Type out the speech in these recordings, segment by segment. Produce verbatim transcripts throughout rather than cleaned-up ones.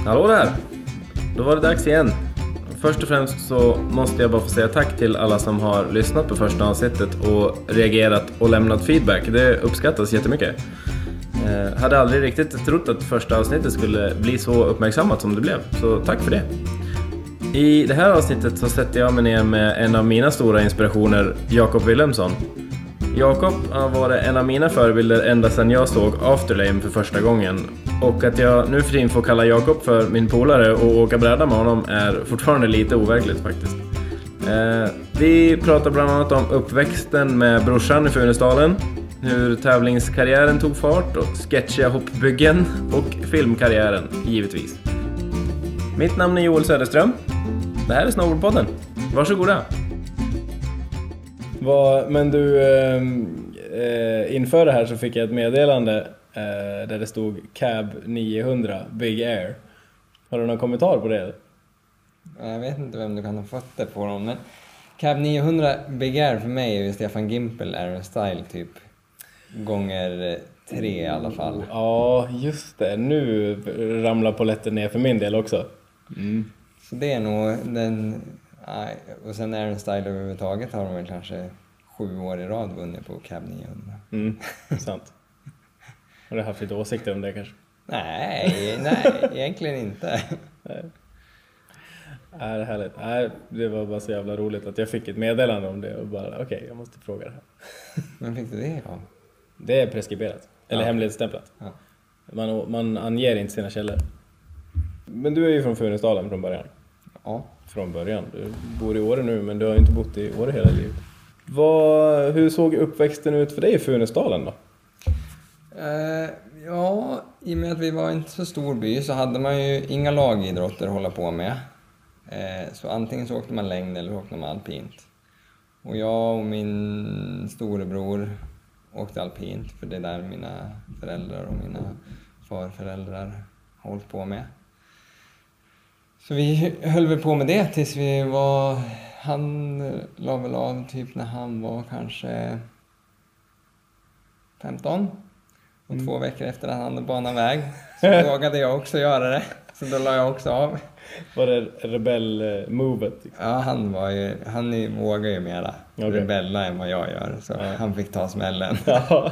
Hallå där! Då var det dags igen. Först och främst så måste jag bara få säga tack till alla som har lyssnat på första avsnittet och reagerat och lämnat feedback. Det uppskattas jättemycket. Eh, hade aldrig riktigt trott att första avsnittet skulle bli så uppmärksammat som det blev. Så tack för det. I det här avsnittet så sätter jag mig ner med en av mina stora inspirationer, Jakob Wilhelmsson. Jakob har varit en av mina förebilder ända sedan jag såg Afterlame för första gången. Och att jag nu för tiden får kalla Jakob för min polare och åka bräda med honom är fortfarande lite overkligt faktiskt. Eh, vi pratar bland annat om uppväxten med brorsan i Funäsdalen, hur tävlingskarriären tog fart och sketchiga hoppbyggen och filmkarriären givetvis. Mitt namn är Joel Söderström. Det här är Snowboardpodden. Varsågoda. Vad, men du, eh, inför det här så fick jag ett meddelande eh, där det stod Cab niohundra Big Air. Har du någon kommentar på det? Jag vet inte vem du kan ha fått det på dem, men Cab niohundra Big Air för mig är ju Stefan Gimpel Aerostyle typ gånger tre i alla fall. Ja, just det. Nu ramlar polletten ner för min del också. Mm. Så det är nog den... Nej, och sen Aerostyle överhuvudtaget har de väl kanske sju år i rad vunnit på Cab niohundra. Mm, sant. Har du haft lite åsikter om det kanske? Nej, nej, egentligen inte. Nej. Nej, det är härligt. Nej, det var bara så jävla roligt att jag fick ett meddelande om det och bara, okej, okay, jag måste fråga det här. Men fick du det av? Det är preskriberat, eller ja. Hemlighetsstämplat. Ja. Man, man anger inte sina källor. Men du är ju från Funäsdalen från början. Ja. Från början. Du bor i Åre nu, men du har inte bott i Åre hela livet. Vad, hur såg uppväxten ut för dig i Funäsdalen då? Uh, ja, i och med att vi var inte så stor by så hade man ju inga lagidrotter att hålla på med. Uh, så antingen så åkte man längd eller så åkte man alpint. Och jag och min storebror åkte alpint, för det är där mina föräldrar och mina farföräldrar har hållit på med. Så vi höll väl på med det tills vi var... Han la väl av typ när han var kanske femton. Och mm. två veckor efter att han hade banat väg så vågade jag också göra det. Så då la jag också av. Var det rebell-movet? Liksom? Ja, han var ju... Han är, vågar ju mera okay. rebella än vad jag gör. Så han fick ta smällen. Ja.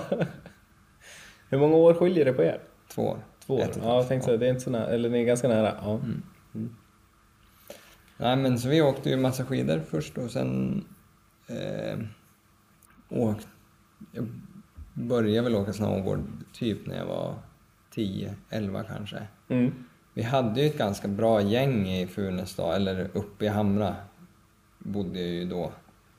Hur många år skiljer det på er? Två år. Två år? Ja, jag tänkte så. Det är inte så nära. Eller det är ganska nära. Ja. Mm. Mm. Nej, men så vi åkte ju massa skidor först och sen eh, åkte, jag började väl åka snowboard typ när jag var tio, elva kanske. Mm. Vi hade ju ett ganska bra gäng i Funäsdalen, eller uppe i Hamra bodde jag ju då.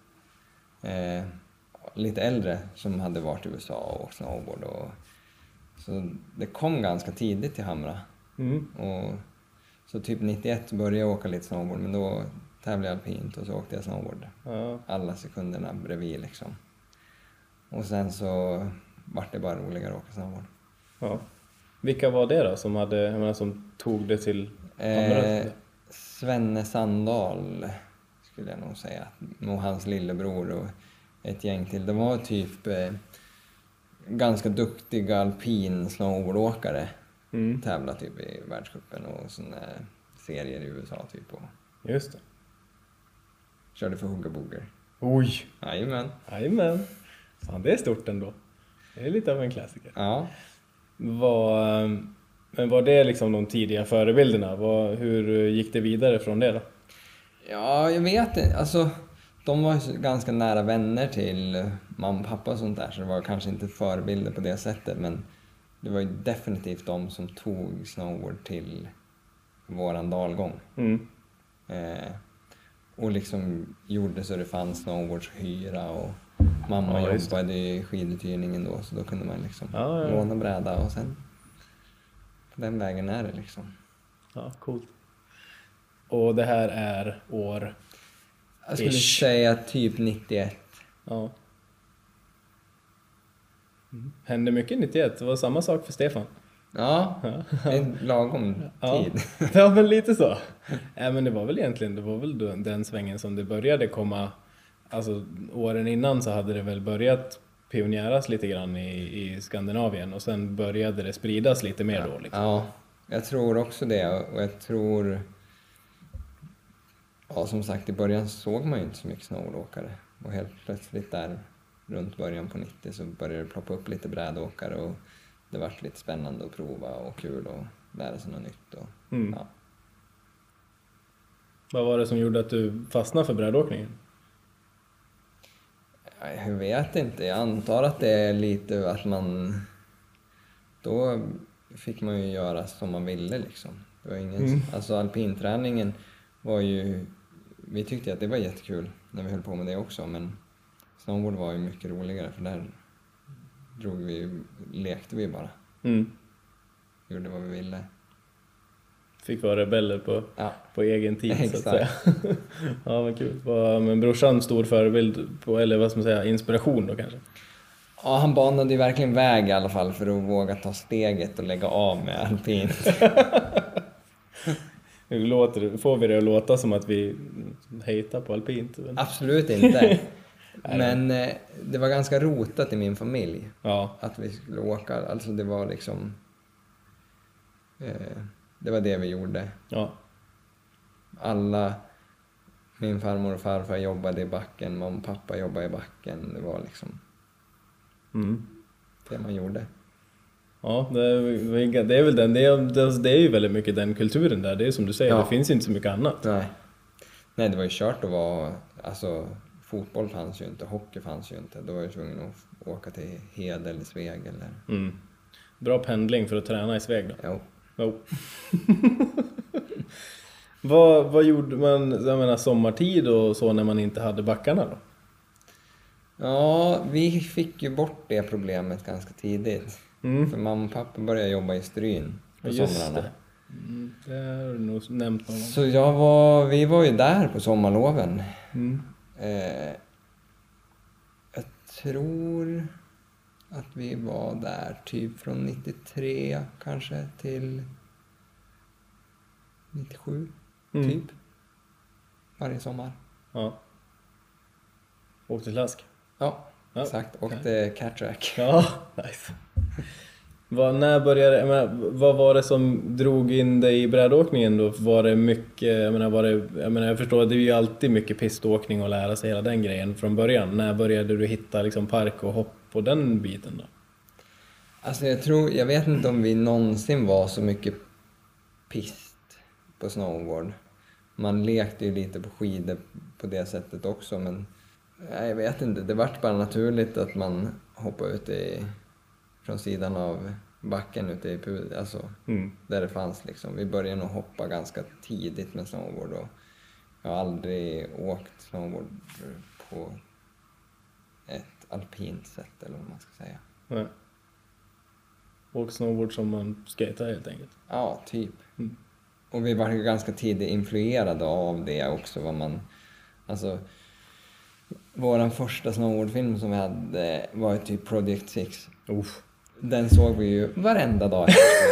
Eh, lite äldre som hade varit i U S A och åkt snowboard. Och, så det kom ganska tidigt till Hamra. Mm. Och så typ nittioett började jag åka lite snowboard, men då tävlade jag alpint och så åkte jag snowboard. Ja. Alla sekunderna bredvid liksom. Och sen så var det bara roligare att åka snowboard. Ja. Vilka var det då som, hade, jag menar, som tog det till andra? Eh, Svenne Sandahl skulle jag nog säga. Och hans lillebror och ett gäng till. Det var typ eh, ganska duktiga alpin snowboardåkare. Mm. Tävla typ i världscupen och såna serier i U S A typ. Och just det. Körde för Hugga Booger. Oj! Jajamän. Jajamän. Fan, det är stort ändå. Det är lite av en klassiker. Ja. Var, men var det liksom de tidiga förebilderna? Var, hur gick det vidare från det då? Ja, jag vet inte. Alltså, de var ganska nära vänner till mamma och pappa och sånt där. Så det var kanske inte förebilder på det sättet, men det var ju definitivt de som tog snowboard till våran dalgång. Mm. Eh, och liksom gjorde så det fanns snowboardshyra och mamma ja, jobbade i skiduthyrningen då, så då kunde man liksom ja, ja. låna bräda och sen på den vägen är det liksom. Ja, coolt. Och det här är år... Jag skulle ish. säga typ nittioett. Ja. Mm. Hände mycket nittioett. Det var samma sak för Stefan. Ja, en lagom ja. tid. Ja, men lite så. Ja, men det var väl egentligen, det var väl den svängen som det började komma. Alltså åren innan så hade det väl börjat pionjäras lite grann i, i Skandinavien. Och sen började det spridas lite mer ja. då. Liksom. Ja, Jag tror också det, och jag tror... Ja, som sagt, i början såg man ju inte så mycket snowboardåkare. Och helt plötsligt där, runt början på nittio, så började det ploppa upp lite brädåkare och det var lite spännande att prova och kul och lära sig något nytt. Och, Mm. ja. Vad var det som gjorde att du fastnade för brädåkningen? Jag vet inte, jag antar att det är lite att man... Då fick man ju göra som man ville liksom. Det var ingen... Mm. Alltså alpinträningen var ju... Vi tyckte att det var jättekul när vi höll på med det också, men snowboard var ju mycket roligare för där drog vi, lekte vi bara. Mm. Gjorde vad vi ville. Fick vara rebeller på, Ja. på egen tid, så att Exakt. säga. Ja, vad kul. Var, men brorsan stor förebild på, eller vad ska man säga, inspiration då kanske? Ja, han banade ju verkligen väg i alla fall för att våga ta steget och lägga av med alpint. Hur låter det? Får vi det att låta som att vi hatar på alpint? Absolut inte. Men eh, det var ganska rotat i min familj. Ja. Att vi skulle åka. Alltså det var liksom... Eh, det var det vi gjorde. Ja. Alla... Min farmor och farfar jobbade i backen. Mamma och pappa jobbade i backen. Det var liksom Mm. det man gjorde. Ja, det är, det är väl den. Det är, det är ju väldigt mycket den kulturen där. Det är som du säger, Ja. det finns inte så mycket annat. Nej. Nej, det var ju kört att vara... Alltså, fotboll fanns ju inte, hockey fanns ju inte. Då var jag tvungen att åka till Hed eller Sveg eller... Mm. Bra pendling för att träna i Sveg då. Jo. Jo. vad, vad gjorde man, jag menar, sommartid och så när man inte hade backarna då? Ja, vi fick ju bort det problemet ganska tidigt. Mm. För mamma och pappa började jobba i Stryn på Just somrarna. det. Mm, det har du nog nämnt någon gång. Så jag var, vi var ju där på sommarloven. Mm. Eh, jag tror att vi var där typ från nittiotre kanske till nittiosju, Mm. typ. Varje sommar. Ja. Åkte slask. Ja, Ja, exakt. okej. Åkte cattrack. Ja, nice. Vad, när började, jag menar, vad var det som drog in dig i brädåkningen då? Var det mycket, jag menar, var det, jag menar, jag förstår att det är ju alltid mycket piståkning och lära sig hela den grejen från början. När började du hitta liksom park och hopp på den biten då? Alltså jag tror, jag vet inte om vi någonsin var så mycket pist på snowboard. Man lekte ju lite på skidor på det sättet också, men nej, jag vet inte. Det vart bara naturligt att man hoppade ut i, från sidan av backen ute i pud, alltså Mm. där det fanns liksom. Vi började nog hoppa ganska tidigt med snowboard och jag har aldrig åkt snowboard på ett alpint sätt eller vad man ska säga. Nej. Åk snowboard som man skater helt enkelt. Ja, typ. Mm. Och vi var ju ganska tidigt influerade av det också. Vad man, alltså, vår första snowboardfilm som vi hade var ju typ Project Six. Uff. Den såg vi ju varenda dag.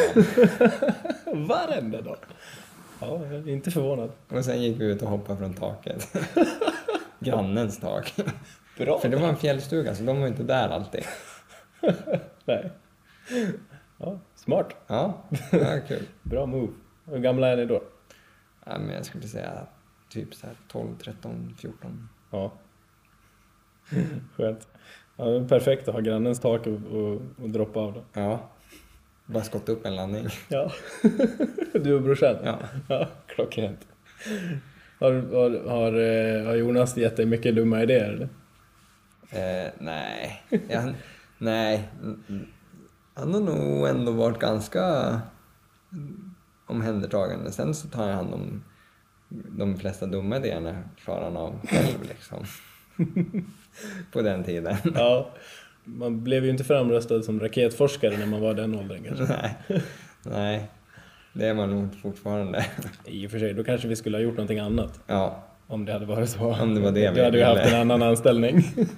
Varenda dag. Ja, jag är inte förvånad. Och sen gick vi ut och hoppade från taket. Grannens tak. Bra. För det var en fjällstuga så de var inte där alltid. Nej. Ja, smart. Ja, det var kul. Bra move. Hur gamla är ni då? Ja, men jag skulle säga typ så här tolv, tretton, fjorton. Ja. Skönt. Ja, det är perfekt att ha grannens tak och, och, och droppa av då. Ja, bara skott upp en landning. Ja. Du och brorsan? Ja. Ja, klockrent. Har, har, har, eh, har Jonas gett dig mycket dumma idéer eller? Eh, nej, jag, nej. Han har nog ändå varit ganska omhändertagande. Sen så tar jag hand om de flesta dumma idéerna, klarar han av själv liksom. På den tiden. Ja. Man blev ju inte framröstad som raketforskare när man var den åldern kanske. Nej, nej, det är man nog fortfarande. I och för sig, då kanske vi skulle ha gjort någonting annat. Ja, Om det hade varit så. om det var det vi Då hade vi haft ville. en annan anställning.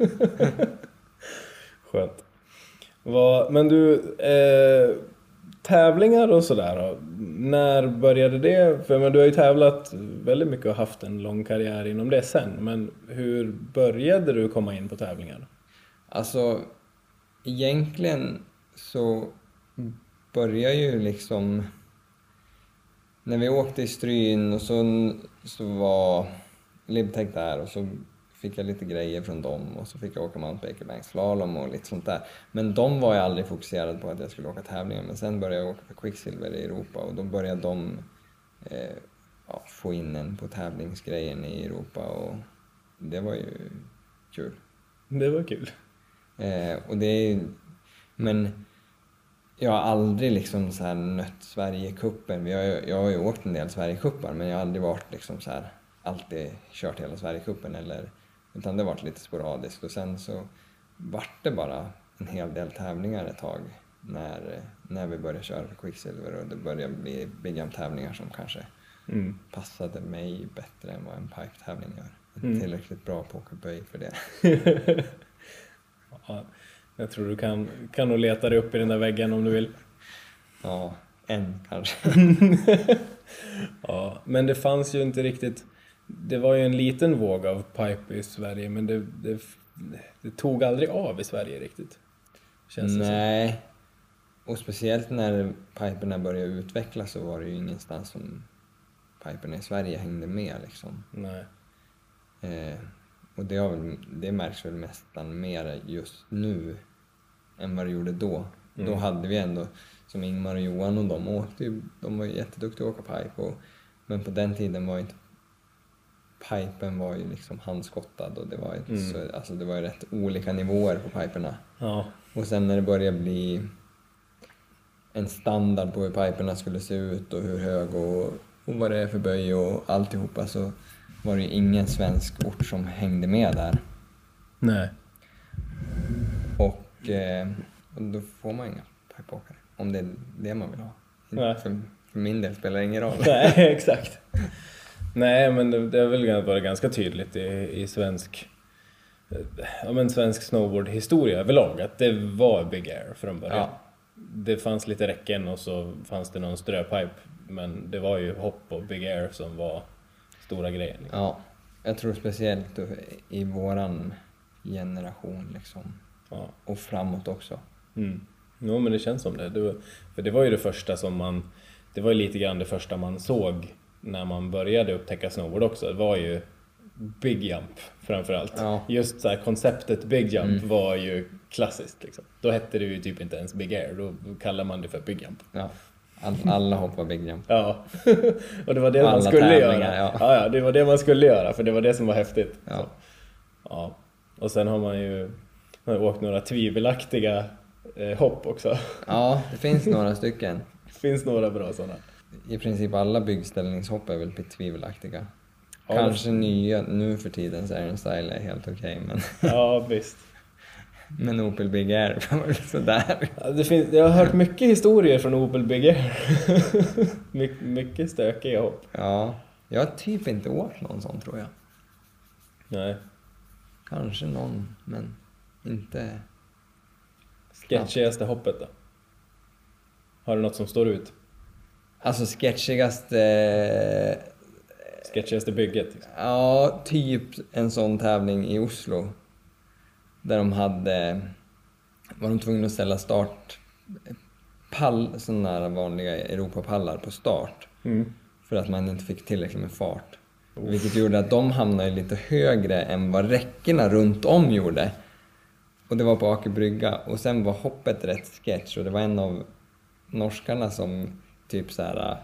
Skönt. Vad, men du, eh, tävlingar och sådär då. När började det? För men du har ju tävlat väldigt mycket och haft en lång karriär inom det sen. Men hur började du komma in på tävlingar? alltså egentligen så börjar ju liksom när vi åkte i Stryn och så, så var Libtech där och så fick jag lite grejer från dem och så fick jag åka Mount Baker Bank slalom och lite sånt där. Men de var jag aldrig fokuserad på att jag skulle åka tävlingar. Men sen började jag åka för Quicksilver i Europa och då började de eh, ja, få in en på tävlingsgrejen i Europa och det var ju kul. Det var kul. Eh, och det är, men jag har aldrig liksom så här nött Sverigecupen. Vi har, jag har ju åkt en del Sverigecuper men jag har aldrig varit liksom så här alltid kört hela Sverigecupen eller utan det har varit lite sporadiskt och sen så vart det bara en hel del tävlingar ett tag när, när vi började köra för Quicksilver och det började bli big jump-tävlingar som kanske mm. passade mig bättre än vad en pipe-tävling gör. Jag är mm. tillräckligt bra på åkerböj för det. Ja, jag tror du kan, kan nog leta dig upp i den där väggen om du vill. Ja, en kanske. Ja, men det fanns ju inte riktigt. Det var ju en liten våg av pipe i Sverige, men det, det, det tog aldrig av i Sverige riktigt. Känns Nej, det och speciellt när piperna började utvecklas så var det ju ingenstans som piperna i Sverige hängde med liksom. Nej. Eh, och det, har väl, det märks väl nästan mer just nu än vad det gjorde då. Mm. Då hade vi ändå, som Ingmar och Johan och de åkte ju, de var ju jätteduktiga att åka pipe. Och, men på den tiden var inte, pipen var ju liksom handskottad och det var, mm. så, alltså det var ju rätt olika nivåer på piperna. Ja. Och sen när det började bli en standard på hur piperna skulle se ut och hur hög och, och vad det är för böj och alltihopa så var det ju ingen svensk ort som hängde med där. Nej. Och, eh, och då får man inga pipeåkare. Om det är det man vill ha. Nej. För, för min del spelar det ingen roll. Nej, exakt. Nej, men det, det har väl varit ganska tydligt i, i svensk, ja, men svensk snowboardhistoria överlag att det var Big Air från början. Ja. Det fanns lite räcken och så fanns det någon ströpipe, men det var ju hopp och Big Air som var stora grejen. Liksom. Ja, jag tror speciellt i våran generation liksom. Ja. Och framåt också. Mm. Jo, men det känns som det. det var, för det var ju det första som man, det var ju lite grann det första man såg när man började upptäcka snowboard också. Det var ju big jump framförallt. Ja. Just så här, konceptet big jump mm. var ju klassiskt liksom. Då hette det ju typ inte ens big air, då kallar man det för big jump. Ja. All, alla hoppar big jump. Ja. Och det var det man skulle göra. Ja. Ja, ja, det var det man skulle göra för det var det som var häftigt. Ja. Så. Ja. Och sen har man ju man har åkt några tvivelaktiga eh, hopp också. Ja, det finns några stycken. Det finns några bra sådana. I princip alla byggställningshopp är väl tvivelaktiga. Ja, kanske det... nya nu för tiden så är en style är helt okej, okay, men ja, visst. Men Opel Big Air var väl sådär. Ja, det finns, jag har hört mycket historier från Opel Big Air. My, mycket stökiga hopp. Ja, jag har typ inte åkt någon sån tror jag. Nej. Kanske någon, men inte. Sketchigaste hoppet då? Har du något som står ut? Alltså sketchigaste... Sketchigaste bygget? Liksom. Ja, typ en sån tävling i Oslo. Där de hade... Var de tvungna att ställa start... Pall, sådana här vanliga Europapallar på start. Mm. För att man inte fick tillräckligt med fart. Oh. Vilket gjorde att de hamnade lite högre än vad räckorna runt om gjorde. Och det var på Aker brygga. Och sen var hoppet rätt sketch. Och det var en av norskarna som typ så här...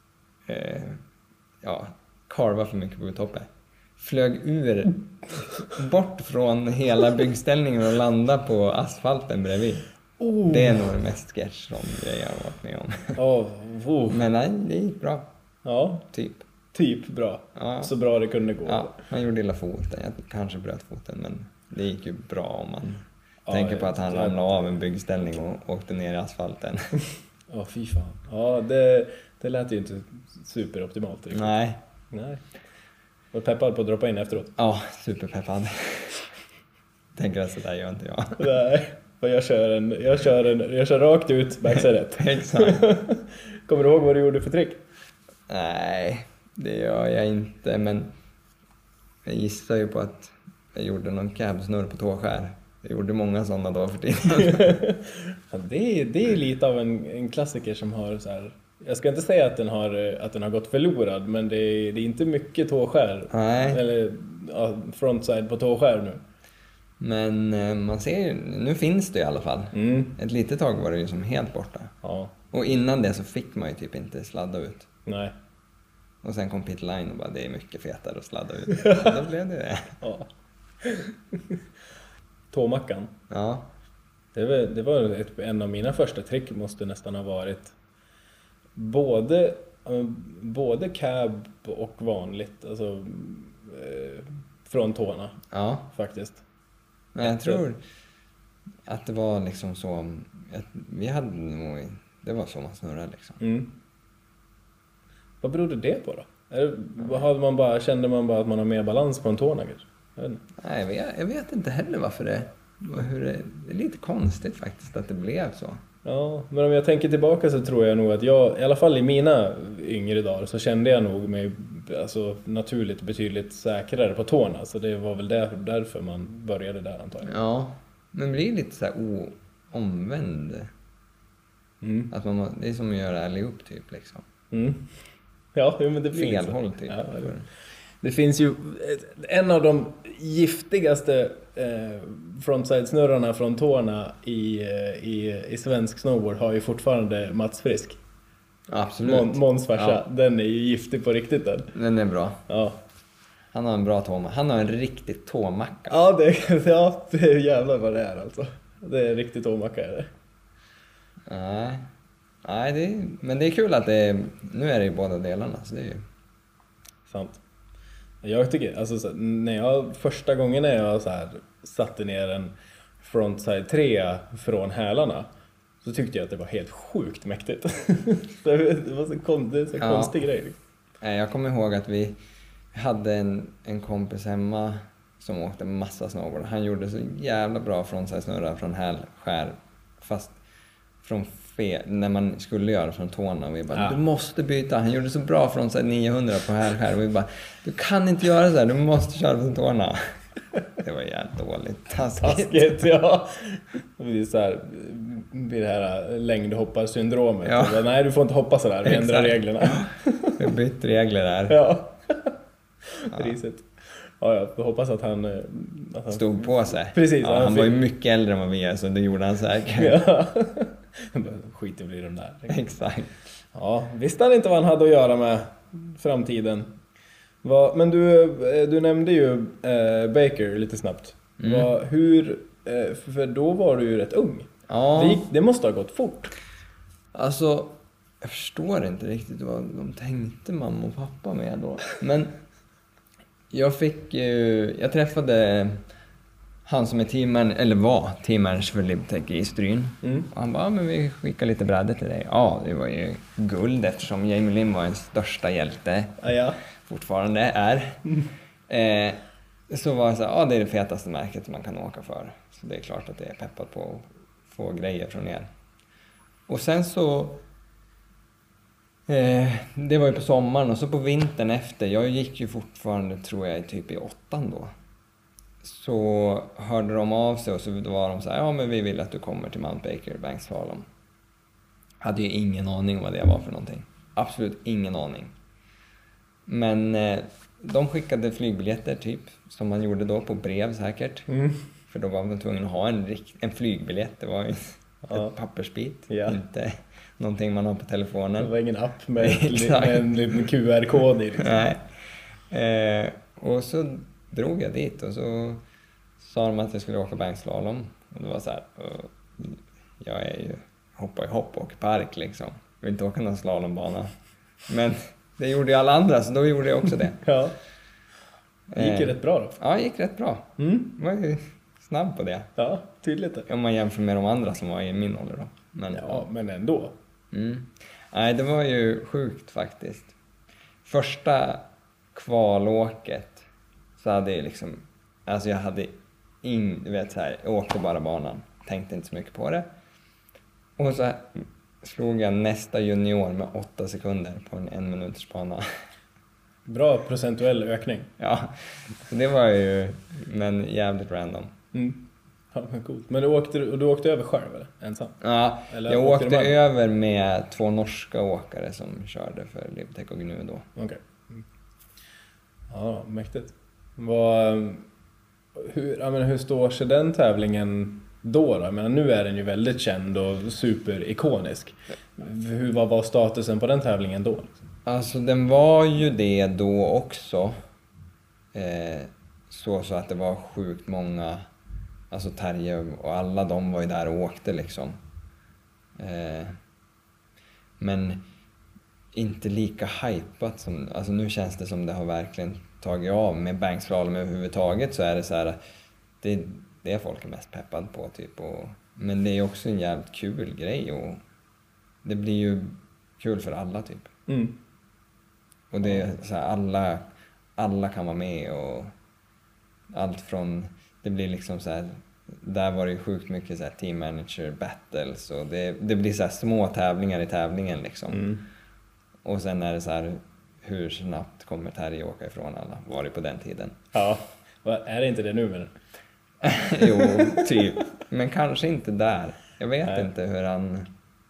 Eh, ja, karva för mycket på uthoppet. Flög ur bort från hela byggställningen och landade på asfalten bredvid. Oh. Det är nog det mest sketch som jag har varit med om. Oh. Oh. Men nej, det gick bra. Ja, typ. Typ bra. Ja. Så bra det kunde gå. Ja, han gjorde illa foten. Jag kanske bröt foten, men det gick ju bra om man ja, tänker på att han ja. ramlade av en byggställning och åkte ner i asfalten. Ja, fy fan. Ja, det, det lät ju inte superoptimalt. Riktigt. Nej. Nej. Var peppad på att droppa in efteråt? Ja, superpeppad. Tänker att sådär gör inte jag. Nej, för jag kör en, jag kör en, jag kör rakt ut backsidet. Exakt. Kommer du ihåg vad du gjorde för trick? Nej, det gör jag inte, men jag gissar ju på att jag gjorde någon cabsnurr på tåskär. Jag gjorde många sådana dagar för tiden. Ja, det, är, det är lite av en, en klassiker som har så här Jag ska inte säga att den har, att den har gått förlorad, men det är, det är inte mycket tåskär. Nej. Eller ja, frontside på tåskär nu. Men eh, man ser ju, nu finns det i alla fall. Mm. Ett litet tag var det ju som helt borta. Ja. Och innan det så fick man ju typ inte sladda ut. Nej. Och sen kom Pit Line och bara, det är mycket fetare att sladda ut. Och då blev det det. Ja. Tåmackan. Ja. Det var, det var ett, en av mina första trick måste nästan ha varit både, eh, både cab och vanligt, alltså eh, från tårna Ja. faktiskt. Men jag tror att det var liksom så, att vi hade nog, det var så man snurrade liksom. Mm. Vad berodde det på då? Är det, hade man bara, kände man bara att man har mer balans på en tårna kanske? Jag vet inte. Nej, jag vet, jag vet inte heller varför det, hur det, det är lite konstigt faktiskt att det blev så. Ja, men om jag tänker tillbaka så tror jag nog att jag, i alla fall i mina yngre dagar, så kände jag nog mig alltså, naturligt betydligt säkrare på tårna. Så det var väl där, därför man började där antagligen. Ja, men det blir lite så här o, omvänd. Mm. Att man, må- det är som att göra allihop typ liksom. Mm. Ja, men det blir Fel så. håll typ. Ja, det, det finns ju en av de giftigaste eh, frontside-snurrarna från tårna i, eh, i, i svensk snowboard har ju fortfarande Mats Frisk. Absolut. Mon, Måns farsa. Ja. Den är ju giftig på riktigt den. Den är bra. Ja. Han har en bra tåmacka. Han har en riktig tåmacka. Ja, det, ja, det är jävlar vad det är alltså. Det är riktigt tåmacka är det. Nej, Nej det är, men det är kul att det är, nu är det ju båda delarna. Så det är ju... Sant. Jag tycker, alltså så, när jag, första gången när jag så här satte ner en frontside tre från hälarna, så tyckte jag att det var helt sjukt mäktigt. Det var så, kon, det är så Ja. konstig grej. Nej, jag kommer ihåg att vi hade en, en kompis hemma som åkte massa snowboard. Han gjorde så jävla bra frontside-snurrar från hälskär. Fast från fe, när man skulle göra från tårna. Och vi bara, Ja. du måste byta. Han gjorde så bra frontside niohundra på hälskär. Och vi bara, du kan inte göra så här. Du måste köra från tårna. Det var jävligt dåligt. Taskigt. Taskigt, ja. Det blir så här, blir det här längdhopparsyndromet. Ja. Bara, nej, du får inte hoppa så där. Vi ändrar Exakt. reglerna. Vi har bytt regler där. Ja. Risigt. Ja, jag får hoppas att han, eh, att han Stod på sig. Precis, Ja, han han var ju fick- mycket äldre än vad vi är, så det gjorde han säkert. Ja. Skit i bli de där. Exakt. Ja, visste han inte vad han hade att göra med framtiden. Vad, men du, eh, du nämnde ju eh, Baker lite snabbt. Mm. Vad, hur, eh, för då var du ju rätt ung. Ja, Det, gick, det måste ha gått fort. alltså jag förstår inte riktigt vad de tänkte mamma och pappa med då. Men jag fick ju, jag träffade han som är teamman, eller var teammanager för Libtech i Stryn. Mm. Och han bara, ja, men vi skickar lite brädor till dig. Ja, det var ju guld eftersom Jamie Lynn var en största hjälte. Ja, ja. Fortfarande är. Eh, så var det så här, ja, det är det fetaste märket man kan åka för. Så det är klart att det är peppat på att få grejer från er. Och sen så, eh, det var ju på sommaren och så på vintern efter, jag gick ju fortfarande tror jag typ i åttan då. Så hörde de av sig och så var de så här, ja men vi vill att du kommer till Mount Baker, Bankslalom. Hade ju ingen aning om vad det var för någonting. Absolut ingen aning. Men eh, de skickade flygbiljetter typ, som man gjorde då på brev säkert. Mm. För då var man tvungen att ha en, rikt- en flygbiljett. Det var ju Ja. ett pappersbit, Ja. inte någonting man har på Det telefonen. var ingen app med, Exakt. med en liten Q R-kod i. Liksom. Nej. Eh, och så drog jag dit och så sa de att jag skulle åka bankslalom. Och det var så här, uh, jag är ju hoppar i hopp och park liksom. Jag vill inte åka någon slalombana. Men det gjorde ju alla andra, så då gjorde jag också det. Ja. Det gick ju Eh, rätt bra då. Ja, det gick rätt bra. Mm. Jag var ju snabb på det. Ja, tydligt det. Om man jämför med de andra som var i min ålder då. Men, Ja, men ändå. Mm. Nej, det var ju sjukt faktiskt. Första kvalåket så hade jag liksom, alltså jag hade in, du vet så här, jag åkte bara banan, tänkte inte så mycket på det. Och så slog jag nästa junior med åtta sekunder på en en minuters bana. Bra procentuell ökning. Ja, så det var ju, men jävligt random. Mm. Ja, men coolt. Men du åkte, du åkte över själv eller? Ensam? Ja, Eller jag åkte åkte du med? över med två norska åkare som körde för Livtech och Gnu då. Okej. Okay. Mm. Ja, mäktigt. Vad, hur, jag menar, hur står sig den tävlingen då? då? Jag menar, nu är den ju väldigt känd och superikonisk. Hur var, var statusen på den tävlingen då? Alltså den var ju det då också. Eh, så, så att det var sjukt många, alltså Terje och alla de var ju där och åkte liksom. Eh, men inte lika hypat som, alltså nu känns det som det har verkligen tagit av med bankslalom överhuvudtaget, så är det så här, det är det folk är mest peppad på typ. Och, men det är också en jävligt kul grej och det blir ju kul för alla typ. Mm. Och det är så här, alla, alla kan vara med och allt från, det blir liksom så här, där var det ju sjukt mycket så här team manager battles och det, det blir så här små tävlingar i tävlingen liksom. Mm. Och sen är det så här, hur snabbt kommer Terje åka ifrån alla, var det på den tiden. Ja, är det inte det nu med den? Jo, typ. Men kanske inte där. Jag vet Nej. inte hur han...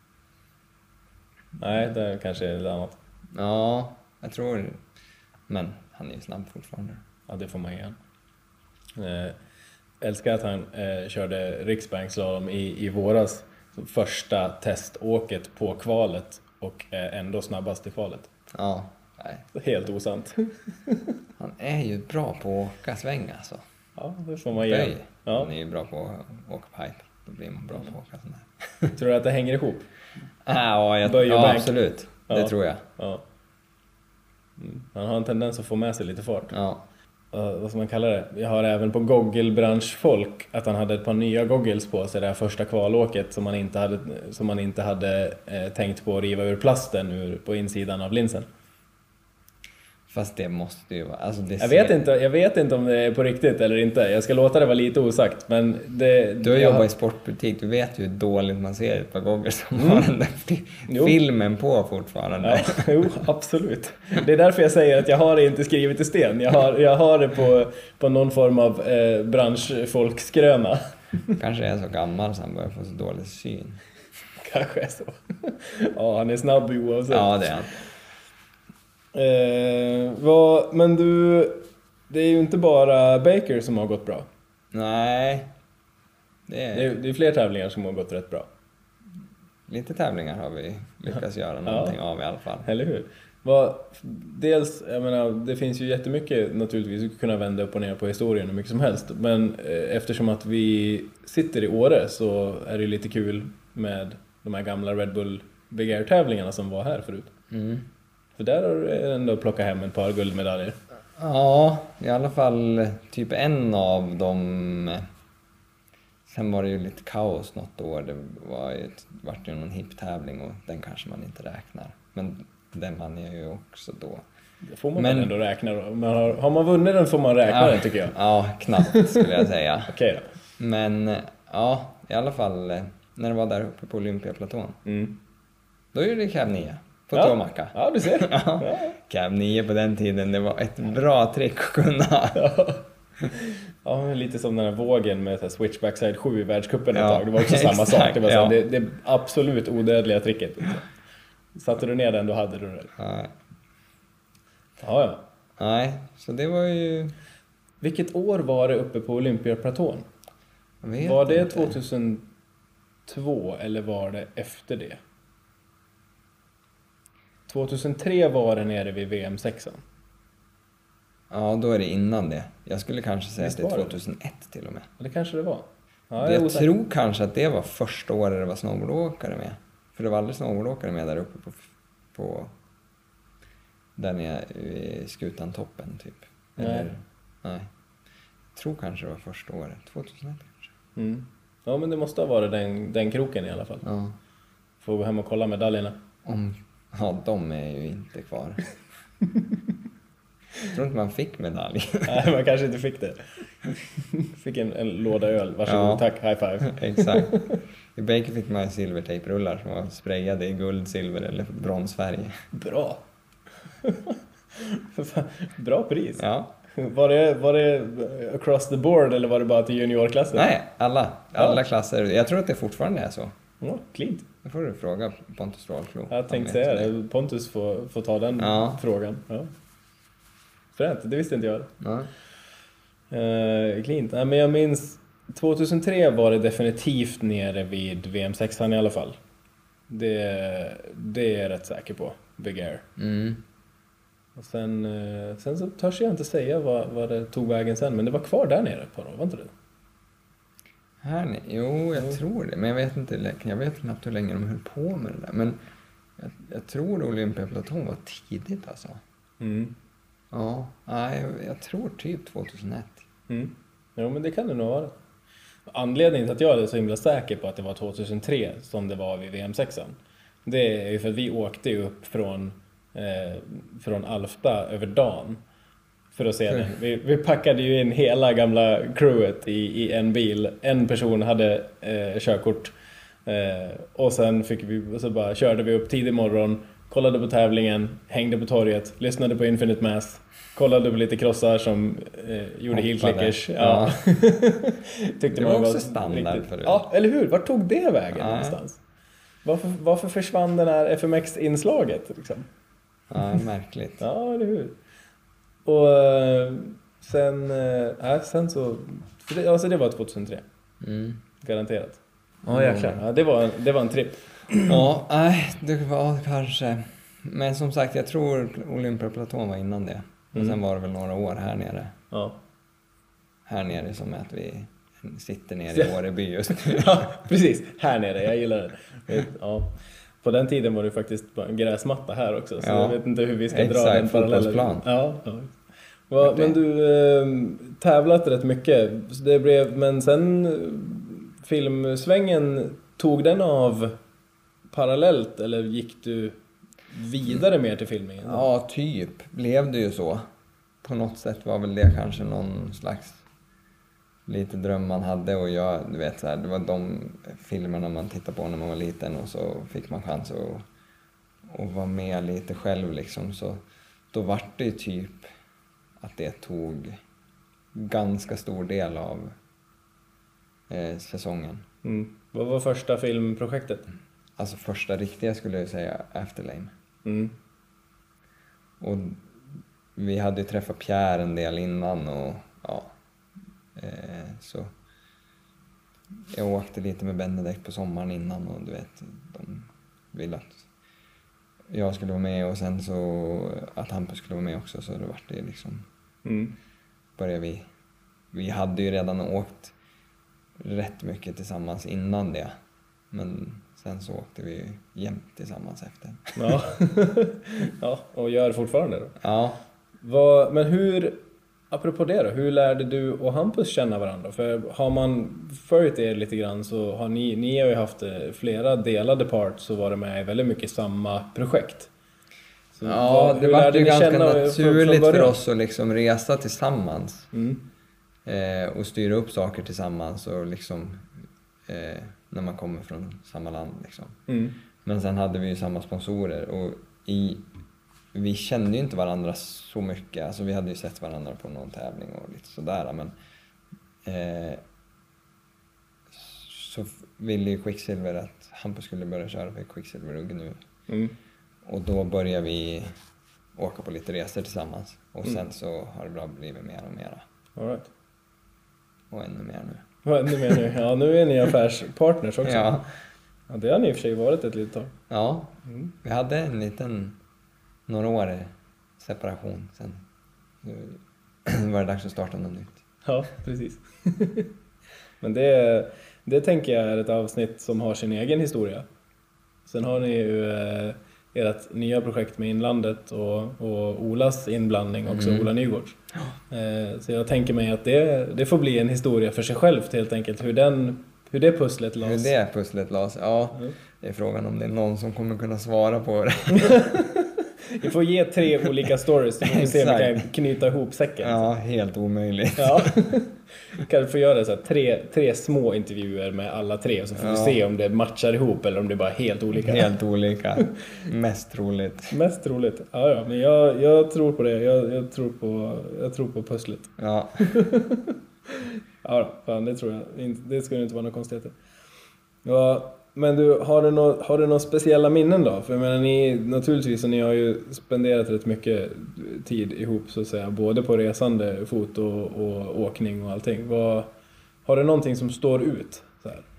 Nej, det kanske är ett annat. Ja, jag tror... Men han är ju snabb fortfarande. Ja, det får man igen. Eh, älskar att han eh, körde riksbankslalom i, i våras. Första teståket på kvalet och eh, ändå snabbast i kvalet. Ja, nej. Helt osant. Han är ju bra på att åka sväng alltså. Ja, det får man ge. Ja. Han är ju bra på att åka pipe. Då blir man bra på att åka sån här. Tror du att det hänger ihop? Ja, jag, ja absolut. Det ja. tror jag. Ja. Mm. Han har en tendens att få med sig lite fart. Ja. Uh, vad ska man kalla det? Jag har även på gogglebranschfolk att han hade ett par nya goggles på sig det här första kvalåket som man inte hade, som man inte hade eh, tänkt på att riva ur plasten ur, på insidan av linsen. Fast det måste ju vara... Alltså det jag, vet inte, jag vet inte om det är på riktigt eller inte. Jag ska låta det vara lite osagt. Men det, du har jag... jobbat i sportbutik. Du vet ju hur dåligt man ser ett par goggles som mm. har den där filmen på fortfarande. Ja, jo, absolut. Det är därför jag säger att jag har det inte skrivit i sten. Jag har, jag har det på, på någon form av eh, branschfolkskröna. Kanske är så gammal så han börjar få så dålig syn. Kanske är så. Ja, han är snabb oavsett. Ja, det är han. Eh, vad, men du, det är ju inte bara Baker som har gått bra. Nej. Det är, det är, det är fler tävlingar som har gått rätt bra. Lite tävlingar har vi lyckats göra någonting ja. av i alla fall. Eller hur? Vad, dels, jag menar, det finns ju jättemycket naturligtvis att kunna vända upp och ner på historien hur mycket som helst. Men eh, eftersom att vi sitter i Åre så är det lite kul med de här gamla Red Bull Big Air-tävlingarna som var här förut. Mm. För där har du ändå plockat hem ett par guldmedaljer. Ja, i alla fall typ en av dem. Sen var det ju lite kaos något år. Det var ju, vart ju någon hip-tävling och den kanske man inte räknar. Men den vann jag ju också då. Det får man Men, ändå räkna då. Men har, har man vunnit den får man räkna ja, den tycker jag. Ja, knappt skulle jag säga. Okej då. Men ja, i alla fall när det var där uppe på Olympiaplatån. Mm. Då gjorde det Cab nio. På ja. tåmacka. Ja, du ser. ja. Ja. Cab nio på den tiden, det var ett bra trick att kunna. Ja. Ja, lite som den här vågen med här switchback side sju i världscupen ett ja. tag. Det var också samma Exakt, sak. Det var så, ja. det, det absolut odödliga tricket. Satte du ner den, då hade du det. Nej. Ja, ja. Nej, så det var ju... Vilket år var det uppe på Olympiaplatån? Var det inte. tjugohundratvå eller var det efter det? tjugohundratre var det nere vid V M sex. Ja, då är det innan det. Jag skulle kanske säga Visst att det är det? tjugohundraett till och med. Det kanske det var. Ja, jag jag tror kanske att det var första året det var snowboardåkare med. För det var aldrig snowboardåkare med där uppe på... på där nere i Skutantoppen typ. Eller, nej. nej. Jag tror kanske det var första året. tjugohundraett kanske. Mm. Ja, men det måste ha varit den, den kroken i alla fall. Ja. Får gå hem och kolla medaljerna. Om, ja, de är ju inte kvar. Jag tror inte man fick medalj. Nej, man kanske inte fick det. Fick en, en låda öl. Varsågod, ja. Tack, high five. Exakt. I Baker fick man silvertejprullar som var sprayade i guld, silver eller bronsfärg. Bra. Bra pris. Ja. Var det, var det across the board eller var det bara till juniorklassen? Nej, alla. Alla Ja. klasser. Jag tror att det fortfarande är så. Ja, klint. Det får du fråga Pontus Strålklo. Jag tänkte säga det. Pontus får, får ta den Ja. frågan. Ja. Fränt, det visste inte jag. Ja. Uh, klint. Nej, men jag minns tjugohundratre var det definitivt nere vid V M sex-an i alla fall. Det, det är jag rätt säker på. Big Air. Mm. Och sen, uh, sen så törs jag inte säga vad, vad det tog vägen sen. Men det var kvar där nere på då, var inte det? Här ni, jo, jag tror det. Men jag vet inte, jag vet knappt hur länge de höll på med det där. Men jag, jag tror Olympiaplatån var tidigt alltså. Mm. Ja, nej, jag, jag tror typ tjugohundraett. Mm. Jo, men det kan det nog vara. Anledningen till att jag är så himla säker på att det var tjugohundratre som det var vid V M sex-an. Det är ju för att vi åkte ju upp från, eh, från Alfta över dagen för att se den. Vi, vi packade ju in hela gamla crewet i, i en bil. En person hade eh, körkort. Eh, och sen fick vi, så bara körde vi upp tidig morgon, kollade på tävlingen, hängde på torget, lyssnade på Infinite Mass, kollade på lite krossar som eh, gjorde heel-clickers. Ja. Ja. Tyckte Det man var också standard riktigt... förut. Ja, eller hur? Vart tog det vägen Ja. någonstans? Varför, varför försvann den här F M X-inslaget liksom? Ja, märkligt. Ja, eller hur? Och eh, sen, äh, sen så... För det, alltså det var tjugohundratre. Mm. Garanterat. Ja, jäklar. Ja, det var en, det var en tripp. Ja, nej, det var kanske... Men som sagt, jag tror Olympiaplatån var innan det. Och Mm. sen var det väl några år här nere. Ja. Här nere som att vi sitter nere i Åreby just nu. Ja, precis. Här nere, jag gillar det. Ja. På den tiden var det faktiskt bara en gräsmatta här också. Så Ja. jag vet inte hur vi ska Exakt, dra den parallellen. fotbollsplan. Ja, ja. Va, men du eh, tävlat rätt mycket. Så det blev, men sen eh, filmsvängen, tog den av parallellt eller gick du vidare mer till filmningen? Ja, typ. Blev det ju så. På något sätt var väl det kanske någon slags lite dröm man hade. Och jag, du vet så här, det var de filmerna man tittade på när man var liten. Och så fick man chans att, att vara med lite själv liksom. Så då var det ju typ att det tog ganska stor del av eh, säsongen. Mm. Vad var första filmprojektet? Alltså första riktiga skulle jag säga Afterlane. Mm. Och vi hade ju träffat Pierre en del innan och ja, eh, så jag åkte lite med Benedict på sommaren innan och du vet, de ville att jag skulle vara med och sen så att Hampus skulle vara med också, så det var det liksom, Mm. började vi, vi hade ju redan åkt rätt mycket tillsammans innan det, men sen så åkte vi jämt tillsammans efter. Ja. Ja, och gör fortfarande då. Ja. Vad, men hur, apropå det då, hur lärde du och Hampus känna varandra? För har man följt er lite grann så har ni, ni har ju haft flera delade parts och varit med i väldigt mycket samma projekt. Så Ja, vad- det hur var lärde ju ni ganska känna från- naturligt från för början? oss att liksom resa tillsammans Mm. eh, och styra upp saker tillsammans och liksom eh, när man kommer från samma land liksom. Mm. Men sen hade vi ju samma sponsorer och i, vi kände ju inte varandra så mycket, alltså vi hade ju sett varandra på någon tävling och lite sådär, men eh, så ville ju Quicksilver att Hampus skulle börja köra för Quicksilver-rugg nu. Mm. Och då började vi åka på lite resor tillsammans. Och sen Mm. så har det bara blivit mer och mer. All right. Och ännu mer nu. Vad ännu mer nu? Ja, nu är ni affärspartners också. Ja, Ja, det har ni i och för sig varit ett litet tag. ja, Mm. vi hade en liten, några år i separation. Sen nu var det dags att starta något nytt. Ja, precis. Men det, det tänker jag är ett avsnitt som har sin egen historia. Sen har ni ju eh, ert nya projekt med Inlandet och, och Olas inblandning också, Mm. Ola Nygårds. Eh, så jag tänker mig att det, det får bli en historia för sig självt helt enkelt, hur, den, hur det pusslet Hur lades. det pusslet lades, ja, Mm. det är frågan om det är någon som kommer kunna svara på det. Vi får ge tre olika stories så får vi se om vi kan Exakt. knyta ihop säcken. Ja, helt omöjligt. Ja. Kan du få göra så här, tre, tre små intervjuer med alla tre och så får Ja. vi se om det matchar ihop eller om det är bara helt olika. Helt olika. Mest troligt. Mest roligt. Ja, ja, men jag, jag tror på det. Jag, jag, tror på, jag tror på pusslet. Ja. Ja, fan, det tror jag. Inte- Det skulle inte vara något konstigt. Ja, men du, har du, nå, har du några speciella minnen då? För jag menar, ni, naturligtvis, så ni har ju spenderat rätt mycket tid ihop så att säga. Både på resande, fot och, och åkning och allting. Vad, har du någonting som står ut så här,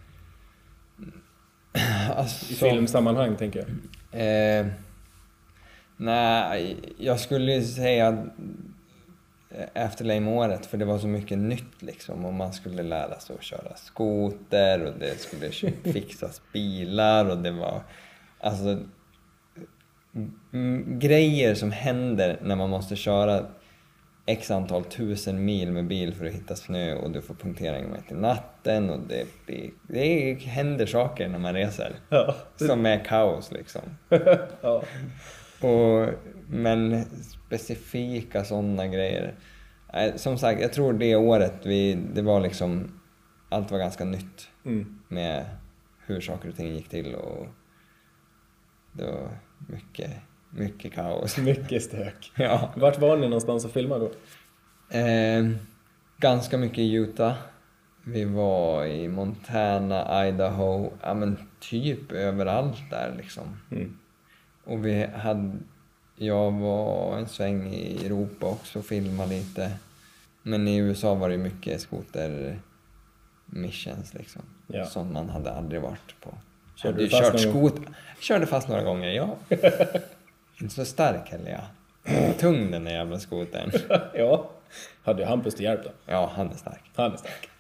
Alltså, i filmsammanhang, tänker jag? Eh, nej, jag skulle ju säga Afterlame-året, för det var så mycket nytt liksom, och man skulle lära sig att köra skoter och det skulle fixas bilar och det var alltså m- grejer som händer när man måste köra x antal tusen mil med bil för att hitta snö och du får punktering med till natten och det, blir, det händer saker när man reser Ja. som är kaos liksom. Ja. Och, men specifika sådana grejer. Eh, Som sagt, jag tror det året vi, det var liksom, allt var ganska nytt Mm. med hur saker och ting gick till och det var mycket, mycket kaos. Mycket stök. Ja. Vart var ni någonstans och filmade då? Eh, ganska mycket i Utah. Vi var i Montana, Idaho, ja men typ överallt där liksom. Mm. Och vi hade, jag var en sväng i Europa också och filmade lite. Men i U S A var det mycket skoter missions liksom. Ja. Som man hade aldrig varit på. Körde Hade du ju fast kört någon gång? skoter. Körde fast några gånger, ja. Inte så stark heller jag. Tung den där jävla skotern. Ja. Hade ju Hampus till hjälp då? Ja, han är stark. Han är stark.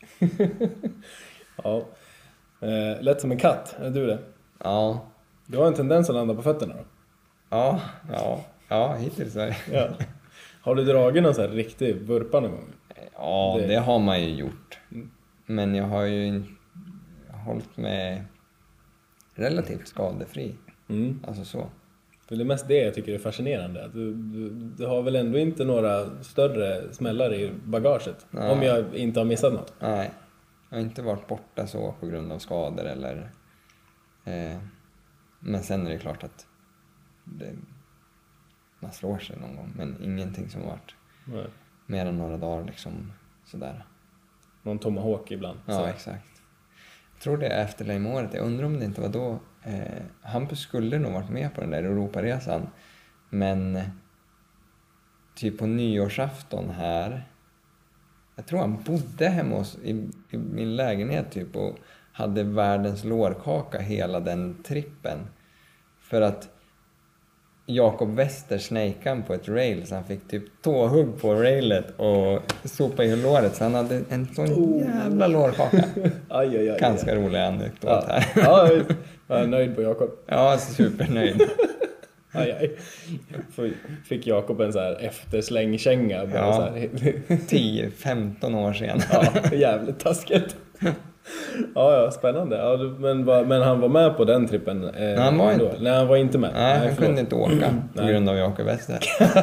Ja. Eh, lätt som en katt, är du det? Ja, Du har en tendens att landa på fötterna då? ja, ja, ja, hittills är det. Ja. Har du dragit någon så här riktig vurpa någon gång? Ja, Det- det har man ju gjort. Mm. Men jag har ju in- hållit mig relativt skadefri. Mm. Alltså så. För det är mest det jag tycker är fascinerande. Att du, du, du har väl ändå inte några större smällar i bagaget? Nej. Om jag inte har missat något. Nej, jag har inte varit borta så på grund av skador eller... Eh, men sen är det klart att det, man slår sig någon gång. Men ingenting som har varit Nej. mer än några dagar liksom sådär. Någon tomahawk ibland. Ja, Så. exakt. Jag tror det är efter Lame-året. Jag undrar om det inte var då. Eh, Hampus skulle nog varit med på den där Europaresan. Men typ på nyårsafton här. Jag tror han bodde hemma hos, i, i min lägenhet typ och hade världens lårkaka hela den trippen. För att Jakob Wester snejkan på ett rail så han fick typ tåhugg på railet och sopa i låret så han hade en sån jävla lårkaka. Aj, aj, aj, Ganska aj. rolig anekdot Ja, här. ja, jag är nöjd på Jakob. Ja, supernöjd. Aj, aj. F- Fick Jakob en så här efterslängkänga. Bara Ja. så här. tio femton år senare. Ja, jävligt taskigt. Ja, ja, spännande. Ja, du- men, var- men han var med på den trippen? Eh, Nej, han var då? inte. Nej, han var inte med. Nej, han förlåt. kunde inte åka på Nej. grund av Jakob Wester.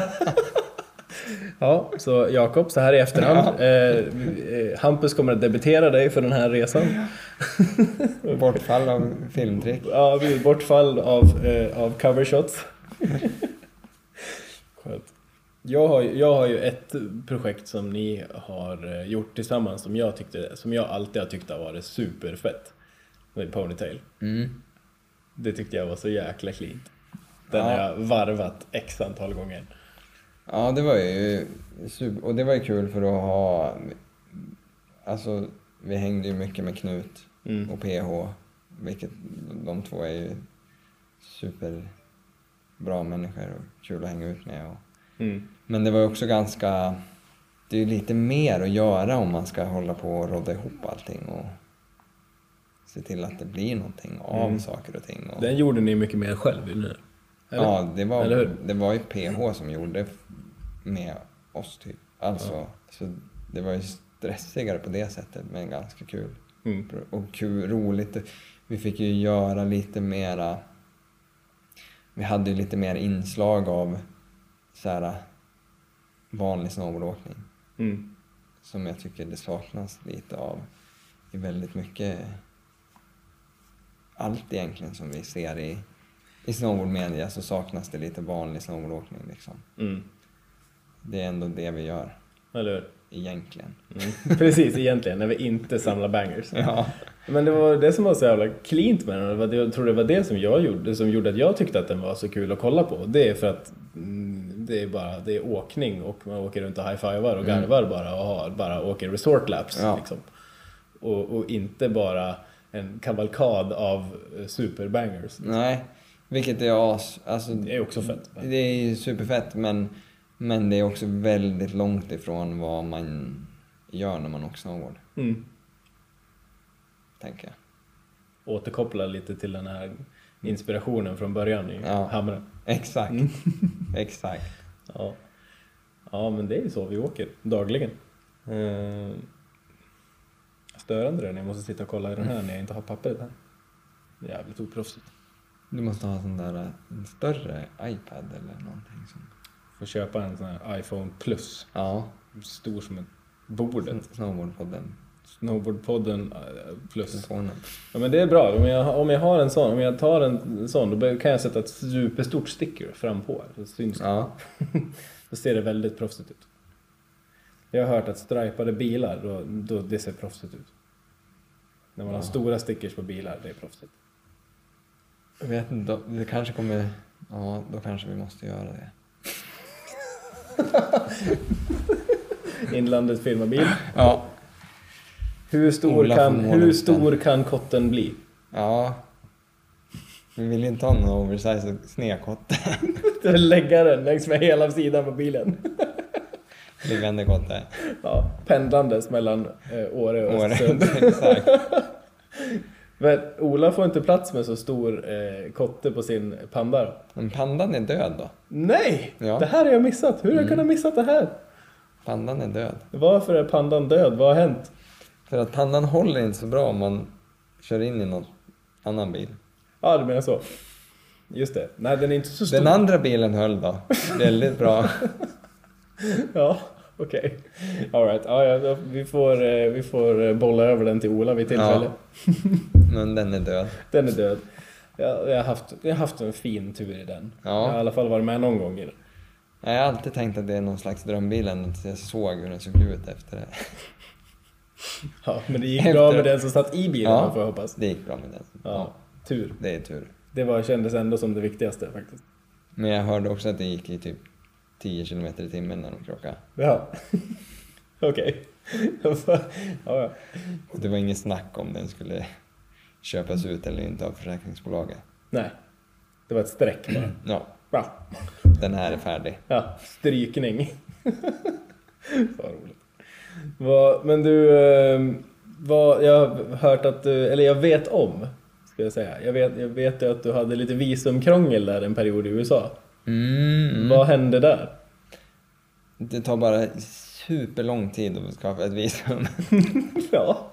Ja, så Jakob, så här i efterhand. Eh, eh, Hampus kommer att debitera dig för den här resan. Bortfall av filmtrick. Ja, vid bortfall av, eh, av covershots. Skönt. Jag har, ju- jag har ju ett projekt som ni har eh, gjort tillsammans som jag, tyckte, som jag alltid har tyckt har varit superfett. Med Ponytail. Mm. Det tyckte jag var så jäkla cleant. Den Ja. har jag varvat x antal gånger. Ja, det var ju super, och det var ju kul för att ha, alltså vi hängde ju mycket med Knut Mm. och P H, vilket de två är ju superbra människor och kul att hänga ut med. Och, Mm. men det var ju också ganska, det är ju lite mer att göra om man ska hålla på och rodda ihop allting och se till att det blir någonting av Mm. saker och ting. Och, Den gjorde ni mycket mer själv nu. Eller? ja, det var, Eller hur? det var ju P H som gjorde med oss typ. Alltså, Ja. så det var ju stressigare på det sättet, men ganska kul. Mm. Och kul, roligt. Vi fick ju göra lite mera, vi hade ju lite mer inslag av så här vanlig snowboardåkning. Mm. som jag tycker det saknas lite av i väldigt mycket allt egentligen som vi ser i, i snowboardmedia, så saknas det lite vanlig snowboardåkning liksom. Mm. Det är ändå det vi gör. Eller hur? Egentligen. Mm. Precis, egentligen, när vi inte samlar bangers. Ja. Men det var det som var så jävla cleant med den. Det var det, jag tror det var det som jag gjorde, det som gjorde att jag tyckte att den var så kul att kolla på. Det är för att mm, det är bara det är åkning och man åker runt och high-fivar och garvar mm. bara och har, bara åker resort laps ja. liksom. Och, och inte bara en kavalkad av superbangers. Nej, vilket är as, alltså, det är också fett. Det är superfett, men men det är också väldigt långt ifrån vad man gör när man åker snowboard. Mm. Tänker jag. Återkoppla lite till den här inspirationen från början i ja. Hamren. Exakt. Mm. Exakt. Ja. Ja, men det är ju så vi åker dagligen. Eh, störande det när jag måste sitta och kolla i den här när jag inte har pappret här. Jävligt oproffsigt. Du måste ha sån där en större iPad eller någonting som... Får köpa en sån här iPhone Plus. Ja. Stor som ett bordet. Snowboardpodden. Snowboardpodden Plus. Ja, men det är bra. Om jag, om jag har en sån, om jag tar en sån, då kan jag sätta ett superstort sticker fram på. Det syns. Ja. Då ser det väldigt proffsigt ut. Jag har hört att stripade bilar, då, då det ser proffsigt ut. När man ja. har stora stickers på bilar, det är proffsigt. Jag vet inte, det kanske kommer... Ja, då kanske vi måste göra det. Inlandet firmabil. Ja. Hur stor, kan, hur stor kan kotten bli? Ja. Vi vill inte ha någon oversized snedkotte. Lägga den längs med hela sidan på bilen. Det vänder kotte. Ja, pendlandes mellan eh, Åre och Östersund. Exakt. Men Ola får inte plats med så stor eh, kotte på sin panda. Men pandan är död då? Nej! Ja. Det här har jag missat. Hur har jag mm. kunnat missat det här? Pandan är död. Varför är pandan död? Vad har hänt? För att pandan håller inte så bra om man kör in i någon annan bil. Ja, du menar så. Just det. Nej, den är inte så stor. Den andra bilen höll då. Väldigt bra. Ja, okej. Okay. All right. Ja, ja, vi får vi får bolla över den till Ola vid tillfälle. Ja. Men den är död. Den är död. Jag, jag har haft jag har haft en fin tur i den. Ja. Jag har i alla fall varit med någon gång i den. Jag har alltid tänkt att det är någon slags drömbilen, att jag såg hur den såg ut efter det. Ja, men det gick efter... bra med den som satt i bilen, ja, får jag hoppas. Det gick bra med den. Ja, ja. Tur. Det är tur. Det var, kändes ändå som det viktigaste faktiskt. Men jag hörde också att det gick i typ tio kilometer i timmen när de krockade. Ja. Okej. Okay. Ja, ja. Och det var ingen snack om den skulle köpas ut eller inte av försäkringsbolaget. Nej. Det var ett streck bara. Ja. Bra. Den här är färdig. Ja, strykning. Vad roligt. Vad, men du, vad, jag har hört att du, eller jag vet om, ska jag säga. Jag vet, jag vet ju att du hade lite visumkrångel där en period i U S A. Mm. Vad hände där? Det tar bara superlång tid att skaffa ett visum. Ja.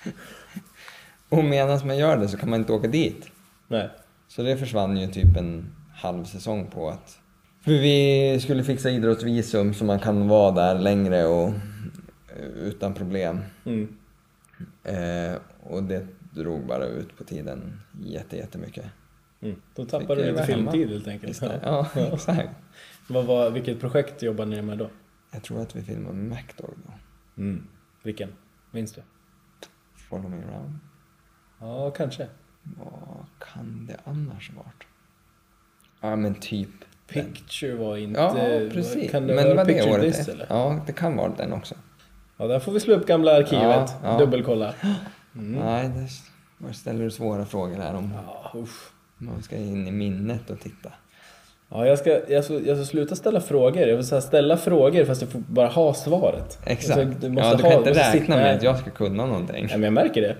Och medan man gör det så kan man inte åka dit. Nej. Så det försvann ju typ en halv säsong på att... För vi skulle fixa idrottsvisum så man kan vara där längre och utan problem. Mm. Eh, och det drog bara ut på tiden jätte, jättemycket. Mm. Då tappade du lite filmtid helt enkelt. Ja, ja, ja, exakt. Vad var, vilket projekt jobbade ni med då? Jag tror att vi filmade med MacDog då. Mm. Vilken? Minns du? Follow Me Around. Ja, kanske. Vad kan det annars varit? Ja, men typ... Picture den. Var inte... Ja, precis. Kan det men vara var Picture det året This, eller? Ja, det kan vara den också. Ja, där får vi slå upp gamla arkivet. Ja, ja. Dubbelkolla. Mm. Nej, det ställer du svåra frågor här om. Ja, usch. Man ska in i minnet och titta. Ja, jag ska, jag ska, jag ska sluta ställa frågor. Jag vill så här ställa frågor fast jag får bara ha svaret. Exakt. Alltså, du måste ja, du ha, kan inte räkna sitta, med att jag ska kunna någonting. Ja, men jag märker det.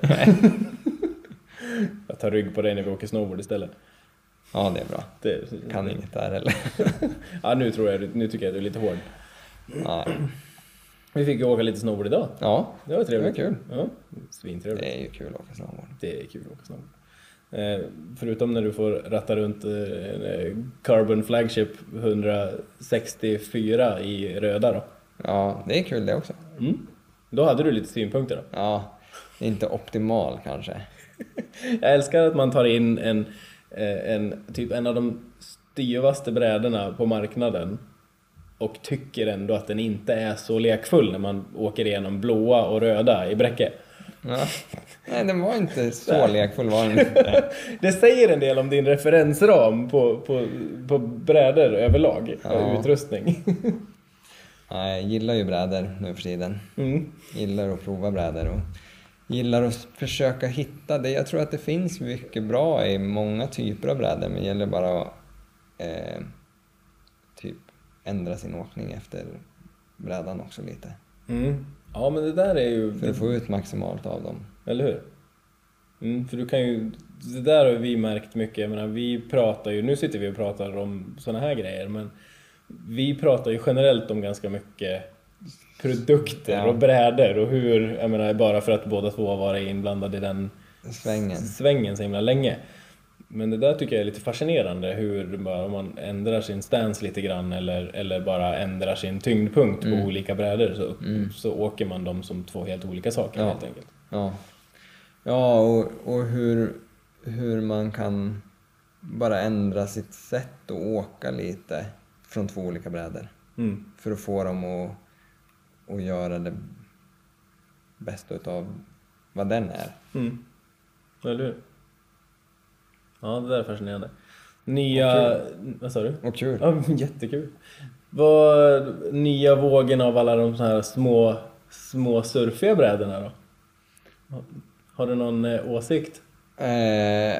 Jag tar rygg på dig när vi åker snowboard istället. Ja, det är bra. Det, kan det. inget där eller. Ja, nu tror jag, nu tycker jag att du är lite hård. Nej. Vi fick ju åka lite snowboard idag. Ja, det var trevligt. Det var kul. Ja, svintrevligt. Det är ju kul att åka snowboard. Det är kul att åka snowboard. Eh, förutom när du får ratta runt eh, Carbon Flagship etthundrasextiofyra i röda då. Ja, det är kul det också. Mm. Då hade du lite synpunkter då. Ja, inte optimal kanske. Jag älskar att man tar in en, en, typ en av de styvaste brädorna på marknaden och tycker ändå att den inte är så lekfull när man åker igenom blåa och röda i Bräcke. Ja. Nej, den var inte så lekfull, var den inte. Det säger en del om din referensram på, på, på brädor överlag, ja. Utrustning. Ja, jag gillar ju brädor nu för tiden. Mm. Gillar att prova brädor och gillar att försöka hitta det. Jag tror att det finns mycket bra i många typer av brädor, men det gäller bara att eh, typ ändra sin åkning efter brädan också lite. Mm. Ja, men det där är ju... För att få ut maximalt av dem. Eller hur? Mm, för du kan ju... Det där har vi märkt mycket. Jag menar, vi pratar ju... Nu sitter vi och pratar om såna här grejer, men vi pratar ju generellt om ganska mycket produkter ja. och brädor och hur... Jag menar, bara för att båda två har varit inblandade i den svängen. svängen så himla länge. Men det där tycker jag är lite fascinerande, hur bara om man ändrar sin stance lite grann eller, eller bara ändrar sin tyngdpunkt mm. på olika brädor så, mm. så åker man dem som två helt olika saker ja. helt enkelt. Ja, ja och, och hur, hur man kan bara ändra sitt sätt att åka lite från två olika brädor. Mm. För att få dem att, att göra det bästa utav vad den är. Mm. Eller hur? Ja, det där är fascinerande. Nya... Vad sa du? Och kul. Ja, jättekul. Vad nya vågen av alla de så här små, små surfiga brädorna då? Har du någon eh, åsikt? Eh,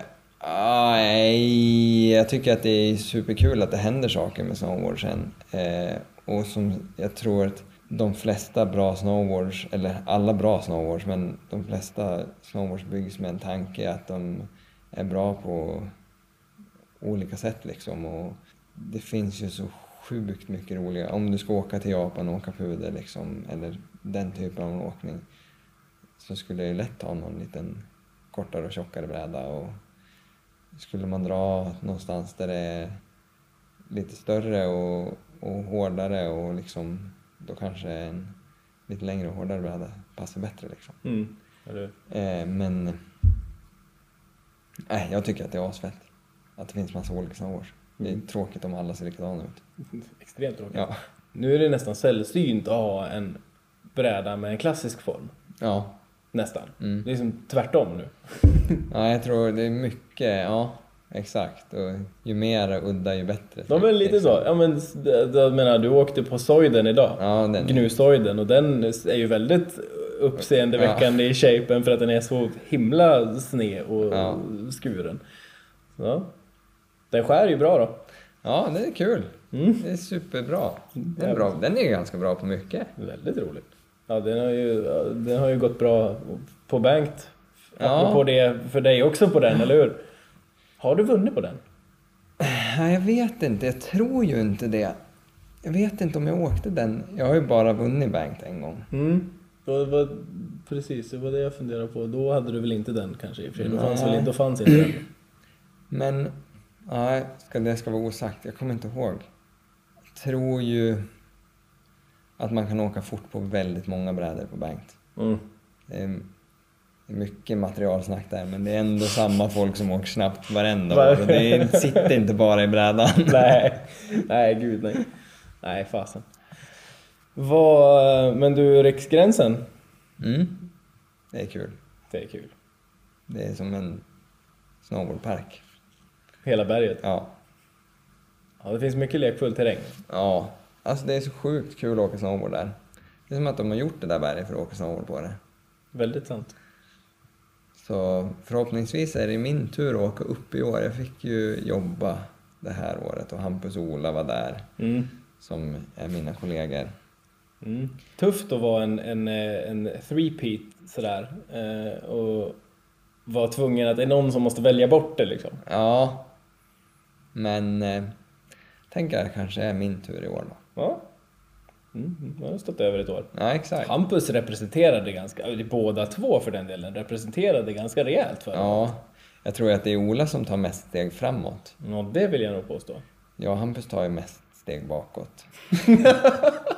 nej, jag tycker att det är superkul att det händer saker med snowboard sen. Eh, och som jag tror att de flesta bra snowboards, eller alla bra snowboards, men de flesta snowboards byggs med en tanke att de är bra på olika sätt liksom. Och det finns ju så sjukt mycket roliga. Om du ska åka till Japan och åka puder liksom, eller den typen av åkning, så skulle jag ju lätt ha någon liten kortare och tjockare bräda. Och skulle man dra någonstans där det är lite större och, och hårdare och liksom, då kanske en lite längre och hårdare bräda passar bättre liksom. Mm. Eller? Eh, men nej, jag tycker att det är asfett att det finns massa olika snowboards. Det är Mm. tråkigt om alla ser likadana ut. Extremt tråkigt. Ja. Nu är det nästan sällsynt att ha en bräda med en klassisk form. Ja. Nästan. Mm. Det är som tvärtom nu. Ja, jag tror det är mycket, ja, exakt. Och ju mer udda ju bättre. De är lite så. Ja, men jag menar, du åkte på Soiden idag. Ja, den. Gnusoiden, och den är ju väldigt uppseendeväckande ja. i shapen för att den är så himla sned och ja. skuren. Så. Den skär ju bra då. Ja, det är kul. Mm. Det är superbra. Den är, bra. Den är ganska bra på mycket. Väldigt roligt. Ja, den har ju, den har ju gått bra på Banked. Ja. Apropå det för dig också på den, eller hur? Har du vunnit på den? Ja, jag vet inte. Jag tror ju inte det. Jag vet inte om jag åkte den. Jag har ju bara vunnit Banked en gång. Mm. Det var, precis, det var det jag funderade på. Då hade du väl inte den kanske i och för sig. Då fanns, väl, då fanns inte den. Men nej, ska det ska vara osagt. Jag kommer inte ihåg. Jag tror ju att man kan åka fort på väldigt många brädor på Banked. Mm. Det är mycket materialsnack där, men det är ändå samma folk som åker snabbt varenda år. Och det sitter inte bara i brädan. Nej, nej gud nej. Nej, fasen. Vad, men du, Riksgränsen? Mm. Det är kul. Det är kul. Det är som en snowboardpark. Hela berget? Ja. Ja, det finns mycket lekfull terräng. Ja, alltså det är så sjukt kul att åka snowboard där. Det är som att de har gjort det där berget för att åka snowboard på det. Väldigt sant. Så förhoppningsvis är det min tur att åka upp i år. Jag fick ju jobba det här året och Hampus och Ola var där. Mm. Som är mina kollegor. Mm. Tufft att vara en, en, en three-peat sådär. Eh, och vara tvungen att det är någon som måste välja bort det liksom. Ja. Men eh, tänker jag kanske är min tur i år då. Ja. Mm, jag har stått över ett år. Ja, exakt. Hampus representerade ganska, båda två för den delen, representerade ganska rejält för. Ja, jag tror att det är Ola som tar mest steg framåt. Ja, det vill jag nog påstå. Ja, Hampus tar ju mest steg bakåt.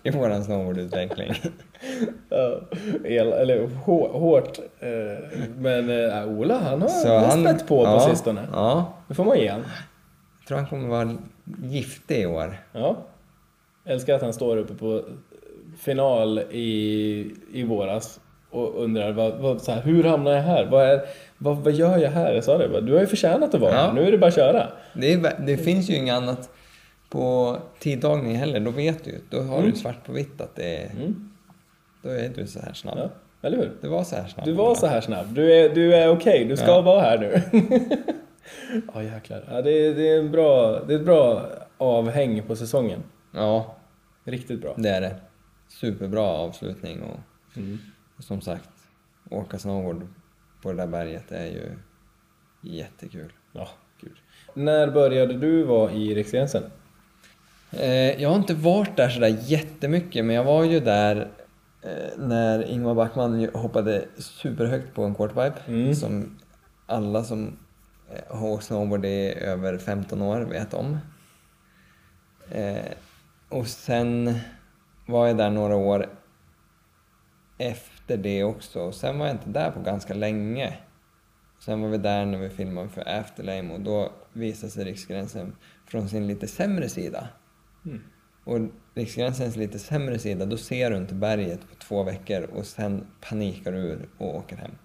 i våran snowboardutveckling. Ja, el, eller hår, hårt. Eh, men eh, Ola, han har Så han- spett på ja, på sistone. Ja, Det får man ge han. jag tror han kommer vara giftig i år. Ja. Älskar att han står uppe på final i, i våras och undrar vad, vad, så här, hur hamnar jag här? Vad, är, vad, vad gör jag här? Jag sa det bara, du har ju förtjänat att vara Ja. här. Nu är det bara att köra. Det, är, det finns ju inget annat på tidtagning heller. Då vet du ju. Då har Mm. du svart på vitt att det är... Mm. Då är du så här snabb. Ja, eller hur? Du var så här snabb. Du var så här snabb. Du är, du är okej. Du ska Ja. vara här nu. Ja, jäklar. Ja, det, är, det, är en bra, det är ett bra avhäng på säsongen. Ja, Riktigt bra. det är det. Superbra avslutning och, Mm. och som sagt, åka snowboard på det där berget är ju jättekul. Ja, gud. När började du vara i Riksgränsen? Eh, jag har inte varit där sådär jättemycket, men jag var ju där eh, när Ingmar Backman ju hoppade superhögt på en quarterpipe, Mm. som alla som eh, har åkt snowboard är över femton år vet om. Eh, och sen var jag där några år efter det också, och sen var jag inte där på ganska länge. Sen var vi där när vi filmade för Afterlame och då visade sig Riksgränsen från sin lite sämre sida. Mm. Och Riksgränsens lite sämre sida, då ser du inte berget på två veckor och sen panikar du ur och åker hem.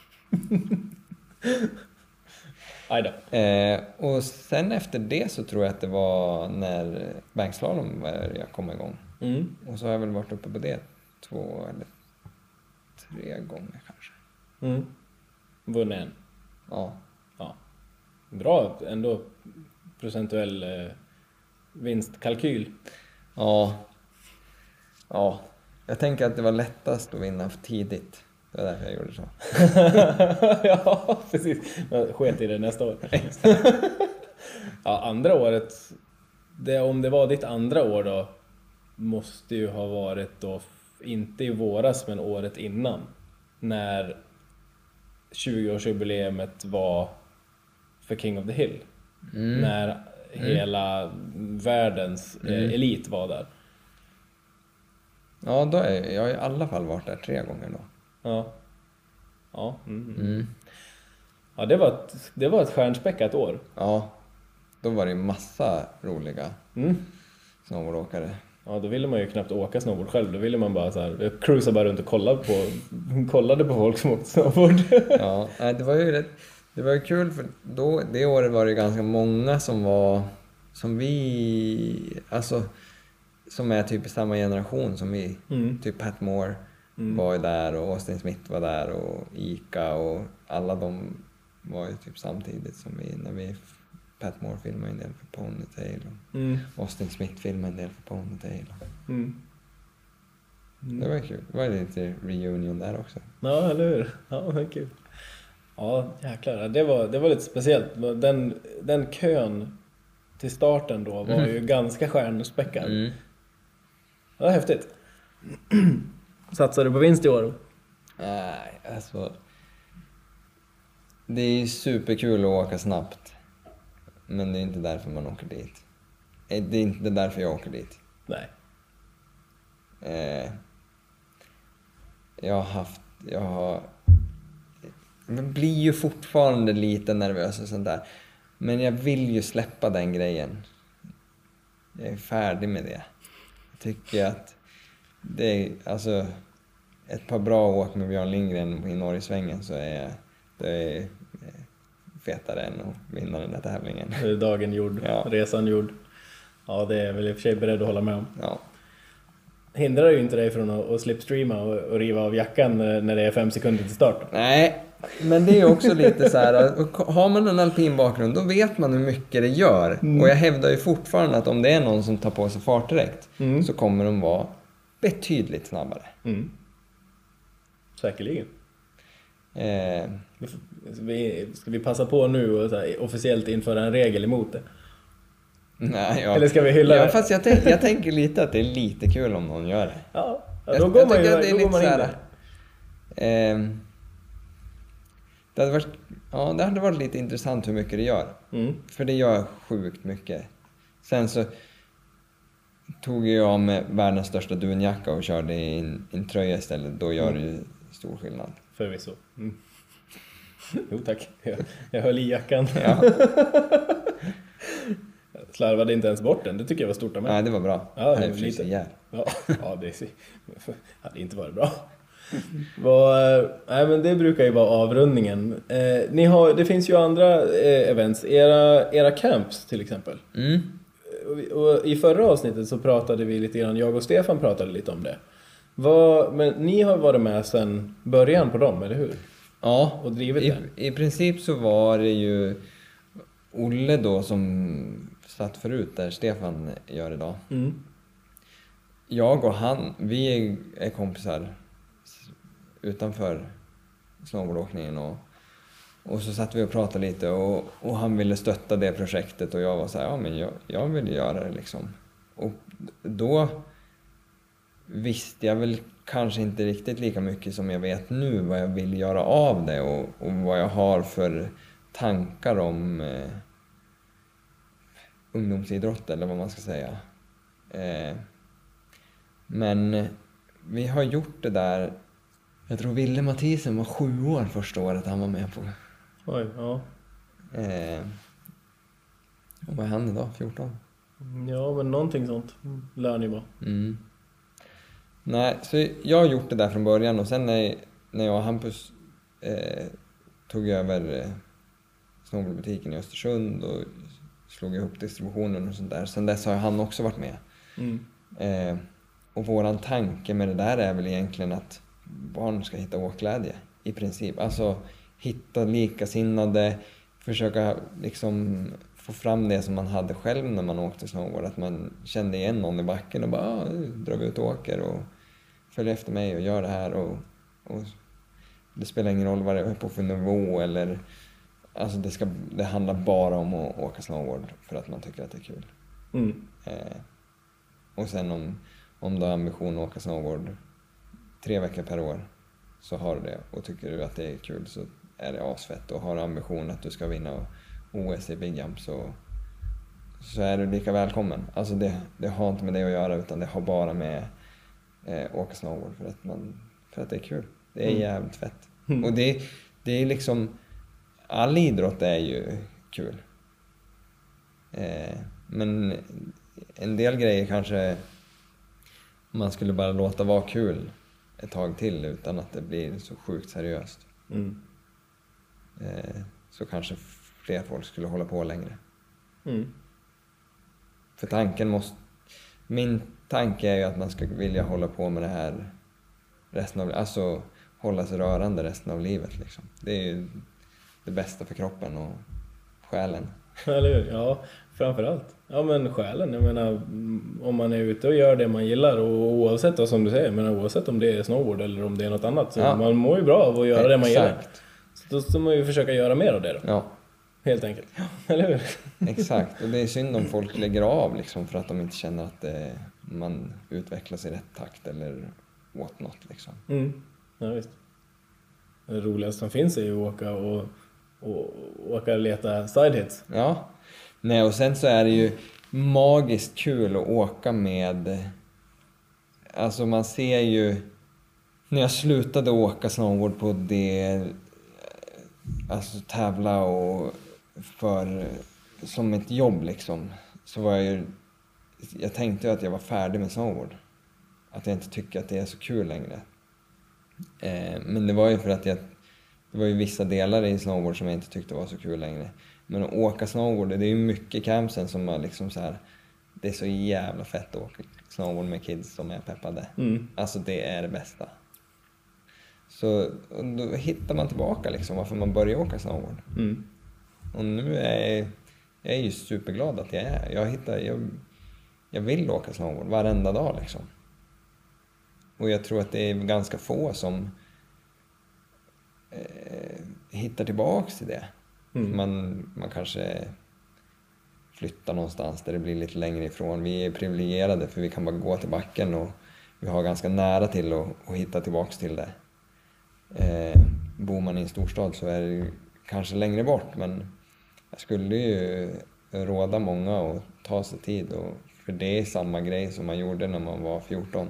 Aj då. Eh, och sen efter det så tror jag att det var när bankslalom jag kom igång. Mm. Och så har jag väl varit uppe på det två eller tre gånger kanske. Mm. Vunnit en. Ja. Ja. Bra ändå procentuell eh, vinstkalkyl. Ja. Ja. Jag tänker att det var lättast att vinna för tidigt. Det var därför jag gjorde så. Ja, precis. Jag sket i det nästa år. Ja, andra året, det, om det var ditt andra år då, måste ju ha varit då, inte i våras men året innan, när tjugoårsjubileumet var för King of the Hill. Mm. När hela världens eh, Mm. elit var där. Ja, då är, jag har i alla fall varit där tre gånger då. Ja. Ja, mm. Mm. Ja, det var ett, det var ett stjärnspäckat år. Ja, då var det massa roliga Mm. snowboardåkare. Ja, då ville man ju knappt åka snowboard själv. Då ville man bara så här, jag cruisade bara runt och kollade på, kollade på folk som åkte snowboard. Ja, nej, det var ju rätt, det var ju kul för då, det året var det ganska många som var, som vi, alltså, som är typ i samma generation som vi. Mm. Typ Pat Moore Mm. var ju där och Austin Smith var där och Ica och alla de var ju typ samtidigt som vi, när vi, Pat Moore filmade en del för Ponytail och Mm. Austin Smith filmade en del för Ponytail. Mm. Det var kul. Det var lite reunion där också. Ja, eller hur? Ja, det var kul. Ja, jäklar. Det var, det var lite speciellt. Den, den kön till starten då var ju ganska stjärnspäckad. Mm. Det var häftigt. Satsar du på vinst i år? Nej, alltså. Det är superkul att åka snabbt. Men det är inte därför man åker dit. Det är inte därför jag åker dit. Nej. Eh, jag har haft, jag har, man blir ju fortfarande lite nervös och sånt där. Men jag vill ju släppa den grejen. Jag är färdig med det. Jag tycker att det är, alltså, ett par bra åk med Björn Lindgren i Norgesvängen så är det är fetare än att vinna den där tävlingen. Nu är dagen gjord, Ja. resan gjord. Ja, det är väl i och för sig beredd att hålla med om. Ja. Hindrar ju inte dig från att, att slipstreama och, och riva av jackan när det är fem sekunder till start. Nej, men det är också lite så här, har man en alpin bakgrund då vet man hur mycket det gör. Mm. Och jag hävdar ju fortfarande att om det är någon som tar på sig fart direkt Mm. så kommer de vara betydligt snabbare. Mm. Säkerligen. Eh, Ska vi, ska vi passa på nu och så här, officiellt införa en regel emot det? nej, ja. Eller ska vi hylla ja, det? fast jag, tänk, jag tänker lite att det är lite kul om någon gör det. Ja, ja Jag- då går jag man ju tycker att det är då går lite man in så här, där. Ehm, det, hade varit, ja, det hade varit lite intressant hur mycket det gör. Mm. För det gör sjukt mycket. Sen så... tog jag med världens största dunjacka och körde i en, en tröja istället. Då gör det ju stor skillnad. Förvisso. Mm. Jo tack, jag, jag höll i jackan. Ja. Jag slarvade inte ens bort den, det tycker jag var stort av mig. Nej, det var bra. Ja, det var lite. Ja, ja, det hade inte varit bra. Vad, nej, men det brukar ju vara avrundningen. Eh, ni har, det finns ju andra eh, events, era, era camps till exempel. Mm. Och, och i förra avsnittet så pratade vi lite grann, jag och Stefan pratade lite om det. Vad, men ni har varit med sedan början på dem, eller hur? Ja, och drivit i, den. i princip så var det ju Olle då som satt förut där Stefan gör idag. Mm. Jag och han, vi är, är kompisar utanför snowboardåkningen och, och så satt vi och pratade lite och, och han ville stötta det projektet och jag var så här, ja men jag, jag vill göra det liksom. Och då visste jag väl kanske inte riktigt lika mycket som jag vet nu vad jag vill göra av det och, och vad jag har för tankar om eh, ungdomsidrott eller vad man ska säga. Eh, men vi har gjort det där. Jag tror Ville Mathisen var sju år första året han var med på. Oj, ja. Eh, och vad är han idag? fjorton? Ja, men någonting sånt lär ni vara. Mm. Nej, så jag har gjort det där från början och sen när, när jag och Hampus eh, tog över eh, snowboardbutiken i Östersund och slog ihop distributionen och sånt där. Sen dess har han också varit med. Mm. Eh, och våran tanke med det där är väl egentligen att barn ska hitta åkglädje i princip. Alltså hitta likasinnade, försöka liksom få fram det som man hade själv när man åkte snowboard. Att man kände igen någon i backen och bara ah, drar vi ut och åker och följer efter mig och gör det här. Och, och det spelar ingen roll vad det är på för nivå eller alltså det, ska, det handlar bara om att åka snowboard för att man tycker att det är kul. Mm. Eh, och sen om, om du har ambition att åka snowboard tre veckor per år så har du det och tycker du att det är kul så är det asfett och har ambition att du ska vinna O S i Big Jump så, så är du lika välkommen. Alltså det, det har inte med det att göra utan det har bara med eh, åka snowboard för att, man, för att det är kul. Det är mm. jävligt fett. Mm. Och det, det är liksom all idrott är ju kul. Eh, men en del grejer kanske man skulle bara låta vara kul ett tag till utan att det blir så sjukt seriöst. Mm. Eh, så kanske fler folk skulle hålla på längre. Mm. För tanken måste... Min tanke är ju att man ska vilja hålla på med det här resten av... Alltså hålla sig rörande resten av livet liksom. Det är ju det bästa för kroppen och själen. Eller hur? Ja, framförallt. Ja, men själen. Jag menar, om man är ute och gör det man gillar och oavsett då, som du säger, men oavsett om det är snowboard eller om det är något annat så ja. Man mår ju bra av att göra det man gillar. Så då ska man ju försöka göra mer av det då. Ja. Helt enkelt. Eller hur? Exakt. Och det är synd om folk lägger av liksom för att de inte känner att det, man utvecklas i rätt takt eller what not liksom. Mm. Ja, visst. Det roligaste som finns är ju att åka och, och åka och leta sidehits. Ja. Nej, och sen så är det ju magiskt kul att åka med... Alltså man ser ju... När jag slutade åka snowboard på det... Alltså tävla och för... Som ett jobb liksom. Så var jag ju... Jag tänkte ju att jag var färdig med snowboard. Att jag inte tycker att det är så kul längre. Eh, men det var ju för att jag... Det var ju vissa delar i snowboard som jag inte tyckte var så kul längre. Men att åka snowboard, det är ju mycket campsen som man liksom så här... Det är så jävla fett att åka snowboard med kids som är peppade. Mm. Alltså det är det bästa. Så då hittar man tillbaka liksom varför man börjar åka snowboard. Mm. Och nu är jag, jag är ju superglad att jag är. Jag hittar, jag, jag vill åka snowboard varenda dag liksom. Och jag tror att det är ganska få som eh, hittar tillbaks till det. Mm. Man, man kanske flyttar någonstans där det blir lite längre ifrån. Vi är privilegierade för vi kan bara gå till backen och vi har ganska nära till att, att hitta tillbaks till det. Eh, bor man i en storstad så är det kanske längre bort, men jag skulle ju råda många att ta sig tid och För det är samma grej som man gjorde när man var fjorton.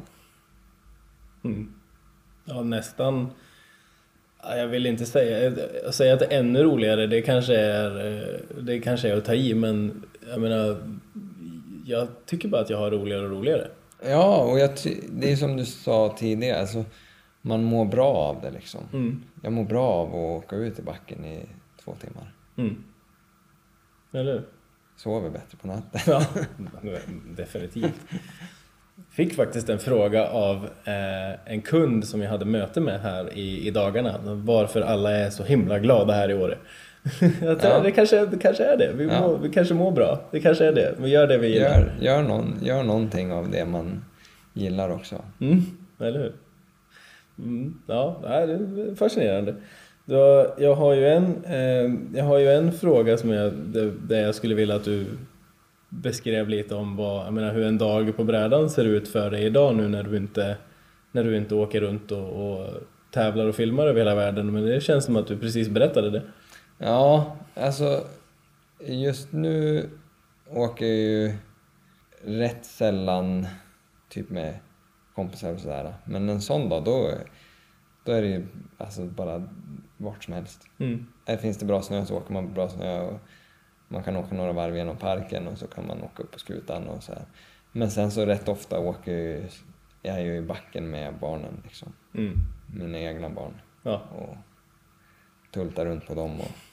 Mm. Ja, nästan. Jag vill inte säga, säga att det är ännu roligare. Det kanske är, det kanske är att ta i, men jag menar, jag tycker bara att jag har roligare och roligare. Ja, och jag ty- det är som du sa tidigare, alltså, man mår bra av det liksom. Mm. Jag mår bra av att åka ut i backen i två timmar. Mm. Eller hur? Sover bättre på natten. Ja, definitivt. Fick faktiskt en fråga av eh, en kund som jag hade möte med här i, i dagarna. Varför alla är så himla glada här i Åre. Jag tror, Ja. det, kanske, det kanske är det. Vi, Ja. må, vi kanske mår bra. Det kanske är det. Vi gör det vi gillar. Gör, gör, någon, gör någonting av det man gillar också. Mm, eller hur? Mm, ja, det är fascinerande. Då, jag, har ju en, eh, jag har ju en fråga som jag, där jag skulle vilja att du beskrev lite om vad, jag menar, hur en dag på brädan ser ut för dig idag nu när du inte, när du inte åker runt och, och tävlar och filmar över hela världen. Men det känns som att du precis berättade det. Ja, alltså just nu åker jag ju rätt sällan typ med kompisar och sådär. Men en sån dag, då, då är det ju alltså bara vart som helst. Mm. Här finns det bra snö så åker man på bra snö och man kan åka några varv genom parken och så kan man åka upp på skutan och så här. Men sen så rätt ofta åker jag, jag är ju i backen med barnen liksom. Mm. Mina egna barn. Ja. Och tultar runt på dem och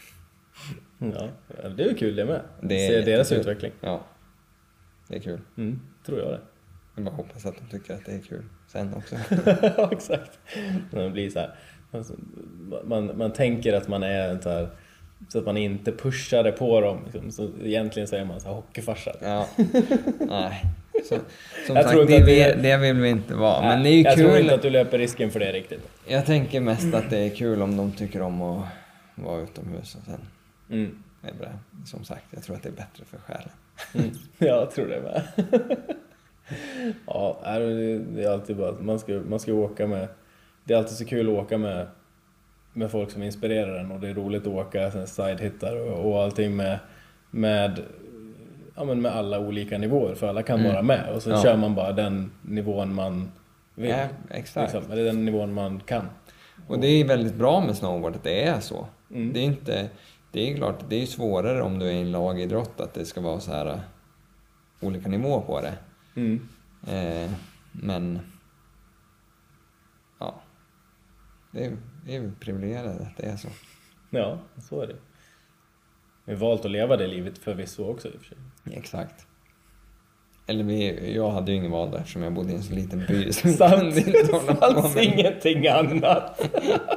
Ja, det är ju kul det med. det är Se deras jättekul. utveckling. Ja, det är kul. Mm, tror jag det. Jag bara hoppas att de tycker att det är kul sen också. Ja, exakt. När det blir så här. Alltså, man, man tänker att man är så här, så att man inte pushar det på dem. Liksom. Så egentligen så är man så här hockeyfarsa. Ja, nej. Så, som Jag tror sagt, inte det, att det, det- det vill vi inte vara. Nej, Men det är ju jag tror kul. inte att du löper risken för det riktigt. Jag tänker mest att det är kul om de tycker om att vara utomhus och sen Mm. är det bra. Som sagt, jag tror att det är bättre för själen. Mm. Jag tror det med. Ja, det är alltid bara man ska, man ska åka med. Det är alltid så kul att åka med med folk som inspirerar en, och det är roligt att åka sen sidehittar och, och allting med med ja, men med alla olika nivåer, för alla kan Mm. vara med, och så Ja. kör man bara den nivån man vill. Ja, exakt. Liksom, eller den nivån man kan. Och det är väldigt bra med snowboard att det är så. Mm. Det är inte, det är klart, det är svårare om du är i en lagidrott att det ska vara så här uh, olika nivåer på det. Mm. Eh, men ja, det är, det är väl privilegierat att det är så. Ja, så är det. Vi har valt att leva det livet förvisso också i och för sig. Exakt. Eller vi, jag hade ju ingen val där eftersom jag bodde i en så liten by. som Sant, inte det hålla på fanns med. ingenting annat.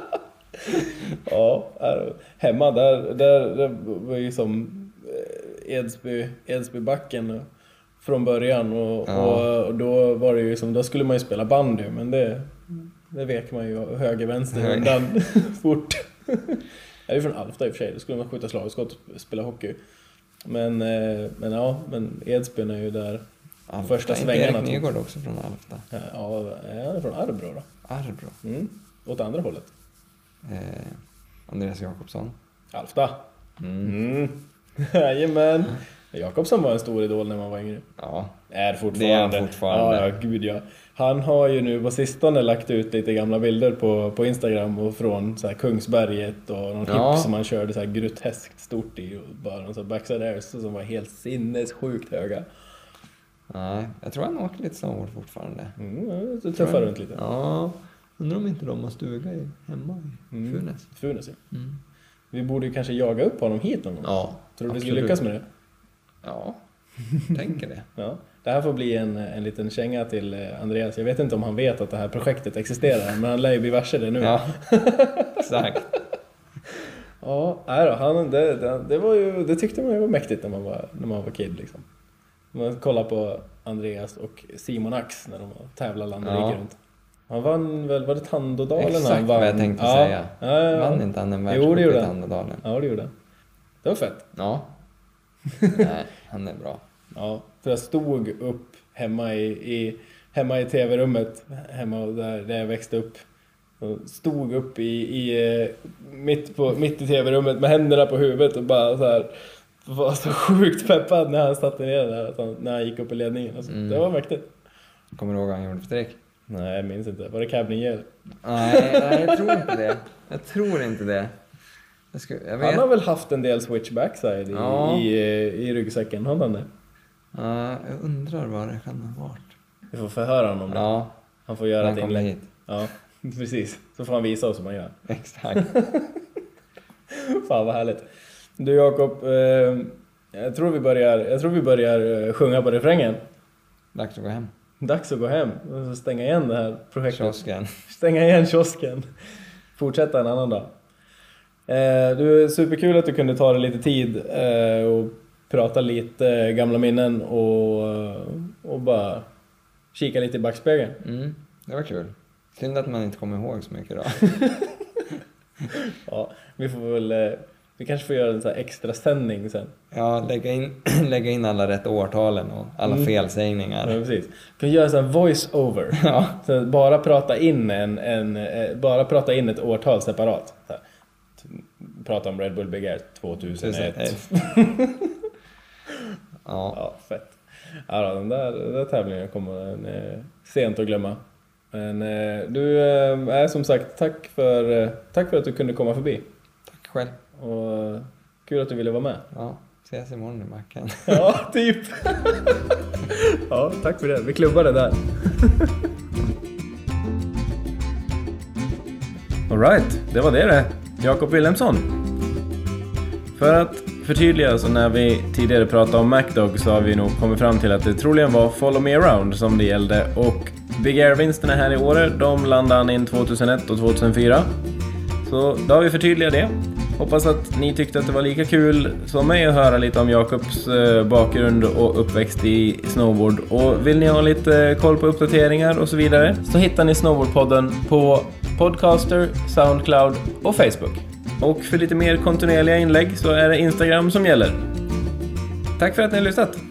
Ja, här, hemma där, där, där var ju som eh, Edsby, Edsbybacken och- från början, och, Ja. och, och då var det ju som, då skulle man ju spela bandy, men det, det vek man ju höger vänster Höger. undan fort. Jag är ju från Alfta i och för sig, då skulle man skjuta slagskott och spela hockey. Men, eh, men ja, men Edsbyn är ju där. Alfta. Första Inte svängarna Erik tog- Nygård också från Alfta? Ja, han är från Arbro då. Arbro. Mm. Åt andra hållet. Eh, Andreas Jakobsson. Alfta. Mm. Mm. Jajamän. Jakobsson var en stor idol när man var yngre. Ja. Är fortfarande. Det är han fortfarande. Ja, ja, gud ja. Han har ju nu på sistone lagt ut lite gamla bilder på, på Instagram och från så här Kungsberget och någon Ja. hip som han körde så här groteskt stort i, och bara någon så här backside airs som var helt sinnessjukt höga. Nej, jag tror han åker lite snowboard fortfarande. Mm, så tuffar runt lite. Ja, undrar om inte de har stuga i, hemma i Mm. Funäs. Funäs, ja. Mm. Vi borde ju kanske jaga upp honom hit någon gång. Ja, Tror du vi skulle absolut. lyckas med det? Ja, tänker det. Ja, det här får bli en, en liten känga till eh, Andreas. Jag vet inte om han vet att det här projektet existerar, men han lär ju bli varse det nu. Ja, exakt. Ja, nej då, han, det, det, det, var ju, det tyckte man ju var mäktigt när man var, när man var kid. Liksom. Man kollar på Andreas och Simon Ax när de tävlade land och Ja. rike runt. Han vann väl, var det Tandådalen Exakt han vann? vad jag tänkte ja. säga. Ja, ja, ja. Vann inte han en Jo, det världscup gjorde i han. Tandådalen? Ja, det gjorde han. Det var fett. Ja. Nej, han är bra. Ja, för jag stod upp hemma i, i, hemma i tv-rummet, hemma där, där jag växte upp. Och stod upp i, i, eh, mitt, på, mitt i tv-rummet med händerna på huvudet och bara så här var så sjukt peppad när han satte ner där, att han, när han gick upp i ledningen. Alltså, mm. Det var mäktigt. Kommer du ihåg vad han gjorde för trick? Nej, jag minns inte. Var det Cabnier? Nej, nej, jag tror inte det. Jag tror inte det. Jag ska, jag vet. Han har väl haft en del switch backside i, ja. i, i ryggsäcken, har han det? Ja, jag undrar vad det kan ha varit. Vi får förhöra honom om det. Ja. Han får göra ett inlägg. Hit. Ja, precis. Så får han visa oss hur man gör. Exakt. Fan vad härligt. Du Jakob, eh, jag tror vi börjar, jag tror vi börjar sjunga på refrängen. Dags att gå hem. Dags att gå hem och stänga igen det här projektet. Kiosken. Stänga igen kiosken. Fortsätta en annan dag. Eh, du är superkul att du kunde ta dig lite tid eh, och prata lite gamla minnen och, och bara kika lite i backspegeln. Mm, det var kul. Synd att man inte kommer ihåg så mycket då. Ja, vi får väl... Vi kanske får göra en sån här extra sändning sen. Ja, lägga in, lägga in alla rätt årtalen och alla mm. felsägningar. Ja, precis. Vi kan göra en sån här voice-over. Ja. Så bara prata in en, en, bara prata in ett årtal separat. Så här. Prata om Red Bull Big Air tjugohundraett. Ja. Ja, fett. Ja, den där, den där tävlingen kommer en, eh, sent att glömma. Men eh, du är eh, som sagt, tack för, eh, tack för att du kunde komma förbi. Tack själv. Och kul att du ville vara med. Ja, ses imorgon i macken. Ja, typ. Ja, tack för det. Vi klubbar det där. All right, det var det det. Jakob Wilhelmsson. För att förtydliga, så när vi tidigare pratade om MacDog så har vi nog kommit fram till att det troligen var Follow Me Around som det gällde. Och Big Air-vinsterna här i Åre, de landade han in tjugohundraett och tjugohundrafyra. Så då har vi förtydligat det. Hoppas att ni tyckte att det var lika kul som mig att höra lite om Jakobs bakgrund och uppväxt i snowboard. Och vill ni ha lite koll på uppdateringar och så vidare, så hittar ni Snowboardpodden på Podcaster, Soundcloud och Facebook. Och för lite mer kontinuerliga inlägg så är det Instagram som gäller. Tack för att ni har lyssnat!